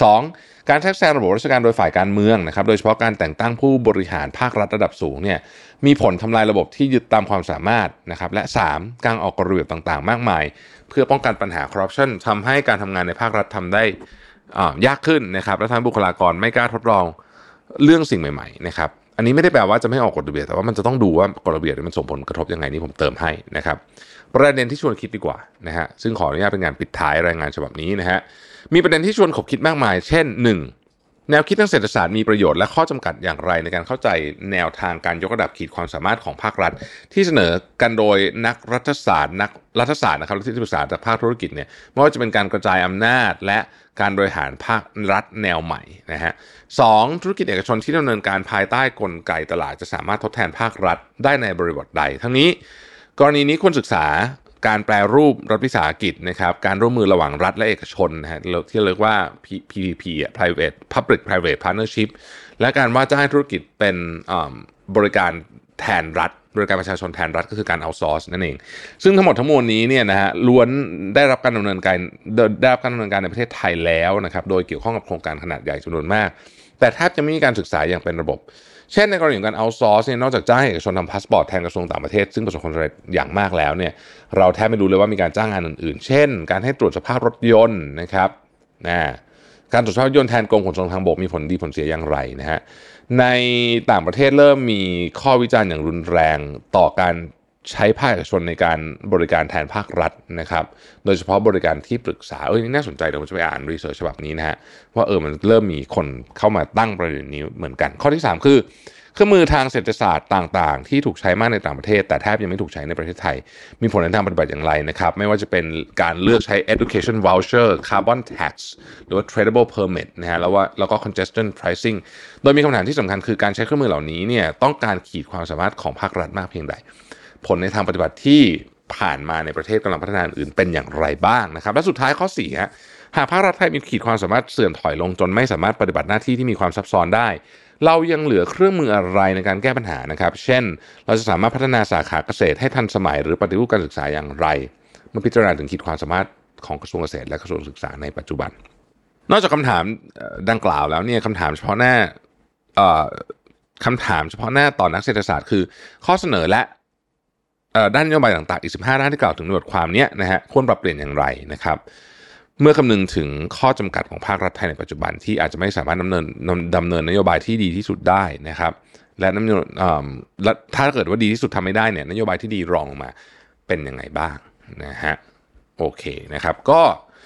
2. การแทรกแซงระบบราชการโดยฝ่ายการเมืองนะครับโดยเฉพาะการแต่งตั้งผู้บริหารภาครัฐระดับสูงเนี่ยมีผลทำลายระบบที่ยึดตามความสามารถนะครับและ 3. การออกกฎระเบียบต่างๆมากมายเพื่อป้องกันปัญหาคอร์รัปชันทำให้การทำงานในภาครัฐทำได้ยากขึ้นนะครับและทำให้บุคลากรไม่กล้าทดลองเรื่องสิ่งใหม่ๆนะครับอันนี้ไม่ได้แปลว่าจะไม่ออกกฎระเบียบแต่ว่ามันจะต้องดูว่ากฎระเบียบมันส่งผลกระทบยังไงนี่ผมเติมให้นะครับประเด็นที่ชวนคิดดีกว่านะฮะซึ่งขออนุญาตเป็นงานปิดท้ายรายงานฉบับนี้นะฮะมีประเด็นที่ชวนขบคิดมากมายเช่น 1. แนวคิดทางเศรษฐศาสตร์มีประโยชน์และข้อจำกัดอย่างไรในการเข้าใจแนวทางการยกระดับขีดความสามารถของภาครัฐที่เสนอกันโดยนักรัฐศาสตร์นะครับและที่ปรึกษาจากภาคธุรกิจเนี่ยไม่ว่าจะเป็นการกระจายอำนาจและการบริหารภาครัฐแนวใหม่นะฮะ 2. ธุรกิจเอกชนที่ดำเนินการภายใต้กลไกตลาดจะสามารถทดแทนภาครัฐได้ในบริบทใดทั้งนี้กรณีนี้ควรศึกษาการแปรรูปรัฐวิสาหกิจนะครับการร่วมมือระหว่างรัฐและเอกชนนะฮะที่เรียกว่า PPP Private Public Private Partnership และการว่าจ้างให้ธุรกิจเป็นบริการแทนรัฐบริการประชาชนแทนรัฐก็คือการเอาซอร์สนั่นเองซึ่งทั้งหมดทั้งมวลนี้เนี่ยนะฮะล้วนได้รับการดำเนินการในประเทศไทยแล้วนะครับโดยเกี่ยวข้องกับโครงการขนาดใหญ่จำนวนมากแต่แทบจะไม่มีการศึกษาอย่างเป็นระบบเช่นในกรณีของการเอาซอร์สเนี่ยนอกจากจ้างให้เอกชนทำพาสปอร์ตแทนกระทรวงต่างประเทศซึ่งประสบความสำเร็จอย่างมากแล้วเนี่ยเราแทบไม่รู้เลยว่ามีการจ้างงานอื่นๆเช่นการให้ตรวจสภาพรถยนต์นะครับการตรวจสภาพรถยนต์แทนกรมขนส่งทางบกมีผลดีผลเสียอย่างไรนะฮะในต่างประเทศเริ่มมีข้อวิจารณ์อย่างรุนแรงต่อการใช้ภาคเอกชนในการบริการแทนภาครัฐนะครับโดยเฉพาะบริการที่ปรึกษานี่น่าสนใจเดี๋ยวผมจะไปอ่านรีเสิร์ชฉบับนี้นะฮะว่ามันเริ่มมีคนเข้ามาตั้งประเด็นนี้เหมือนกันข้อที่3คือเครื่องมือทางเศรษฐศาสตร์ต่างๆที่ถูกใช้มากในต่างประเทศแต่แทบยังไม่ถูกใช้ในประเทศไทยมีผลในทางปฏิบัติอย่างไรนะครับไม่ว่าจะเป็นการเลือกใช้ education voucher carbon tax หรือว่า tradable permit นะฮะแล้วก็ congestion pricing โดยมีคำถามที่สำคัญคือการใช้เครื่องมือเหล่านี้เนี่ยต้องการขีดความสามารถของภาครัฐมากเพียงใดผลในทางปฏิบัติที่ผ่านมาในประเทศกำลังพัฒนาอื่นเป็นอย่างไรบ้างนะครับและสุดท้ายข้อ4ฮะหากภาครัฐไทยมีขีดความสามารถเสื่อมถอยลงจนไม่สามารถปฏิบัติหน้าที่ที่มีความซับซ้อนได้เรายังเหลือเครื่องมืออะไรในการแก้ปัญหานะครับเช่นเราจะสามารถพัฒนาสาขาเกษตรให้ทันสมัยหรือปฏิรูปการศึกษาอย่างไรเมื่อพิจารณาถึงขีดความสามารถของกระทรวงเกษตรและกระทรวงศึกษาในปัจจุบันนอกจากคำถามดังกล่าวแล้วเนี่ยคำถามเฉพาะหน้าต่อนักเศรษฐศาสตร์คือข้อเสนอและด้านนโยบายต่างๆอีก15ด้านที่กล่าวถึงในบทความนี้นะฮะควรปรับเปลี่ยนอย่างไรนะครับเมื่อคำนึงถึงข้อจำกัดของภาครัฐไทยในปัจจุบันที่อาจจะไม่สามารถดำเนินนโยบายที่ดีที่สุดได้นะครับและถ้าเกิดว่าดีที่สุดทำไม่ได้เนี่ยนโยบายที่ดีรองลงมาเป็นยังไงบ้างนะฮะโอเคนะครับก็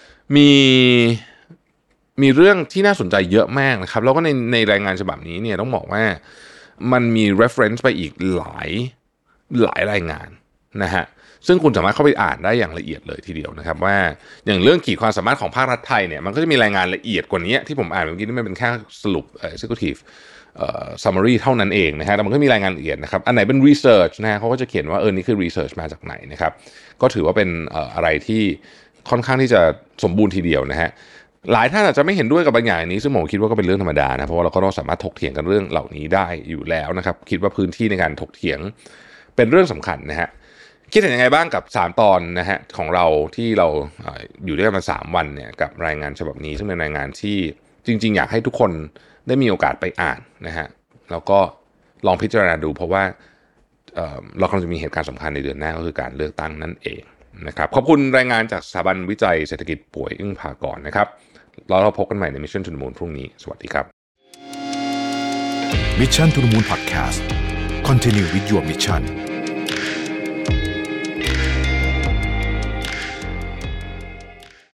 มีเรื่องที่น่าสนใจเยอะมากนะครับแล้วก็ในรายงานฉบับนี้เนี่ยต้องบอกว่ามันมี reference ไปอีกหลายรายงานนะฮะซึ่งคุณสามารถเข้าไปอ่านได้อย่างละเอียดเลยทีเดียวนะครับว่าอย่างเรื่องขีดความสามารถของภาครัฐไทยเนี่ยมันก็จะมีรายงานละเอียดกว่านี้ที่ผมอ่านเมื่อกี้นี่มันเป็นแค่สรุปexecutive summary เท่านั้นเองนะฮะแต่มันก็มีรายงานละเอียดนะครับอันไหนเป็น research นะฮะเขาก็จะเขียนว่านี่คือ research มาจากไหนนะครับก็ถือว่าเป็นอะไรที่ค่อนข้างที่จะสมบูรณ์ทีเดียวนะฮะหลายท่านอาจจะไม่เห็นด้วยกับบางอย่างนี้ซึ่งผมคิดว่าก็เป็นเรื่องธรรมดานะเพราะว่าเราก็ต้องสามารถถกเถียงกันเรื่องเหล่านี้ได้อยู่แล้วนะครับคิดว่าพื้นที่ในการถกเถียงเป็นเรื่องสำคัญนะฮะคิดเห็นยังไงบ้างกับ3ตอนนะฮะของเราที่เราอยู่ด้วยกันมา3วันเนี่ยกับรายงานฉบับนี้ซึ่งเป็นรายงานที่จริงๆอยากให้ทุกคนได้มีโอกาสไปอ่านนะฮะแล้วก็ลองพิจารณาดูเพราะว่าเรากำลังจะมีเหตุการณ์สำคัญในเดือนหน้าก็คือการเลือกตั้งนั่นเองนะครับขอบคุณรายงานจากสถาบันวิจัยเศรษฐกิจป่วยอึ้งภากรนะครับแล้วเราพบกันใหม่ใน Mission to the Moon พรุ่งนี้สวัสดีครับ Mission to the Moon Podcast Continue with your mission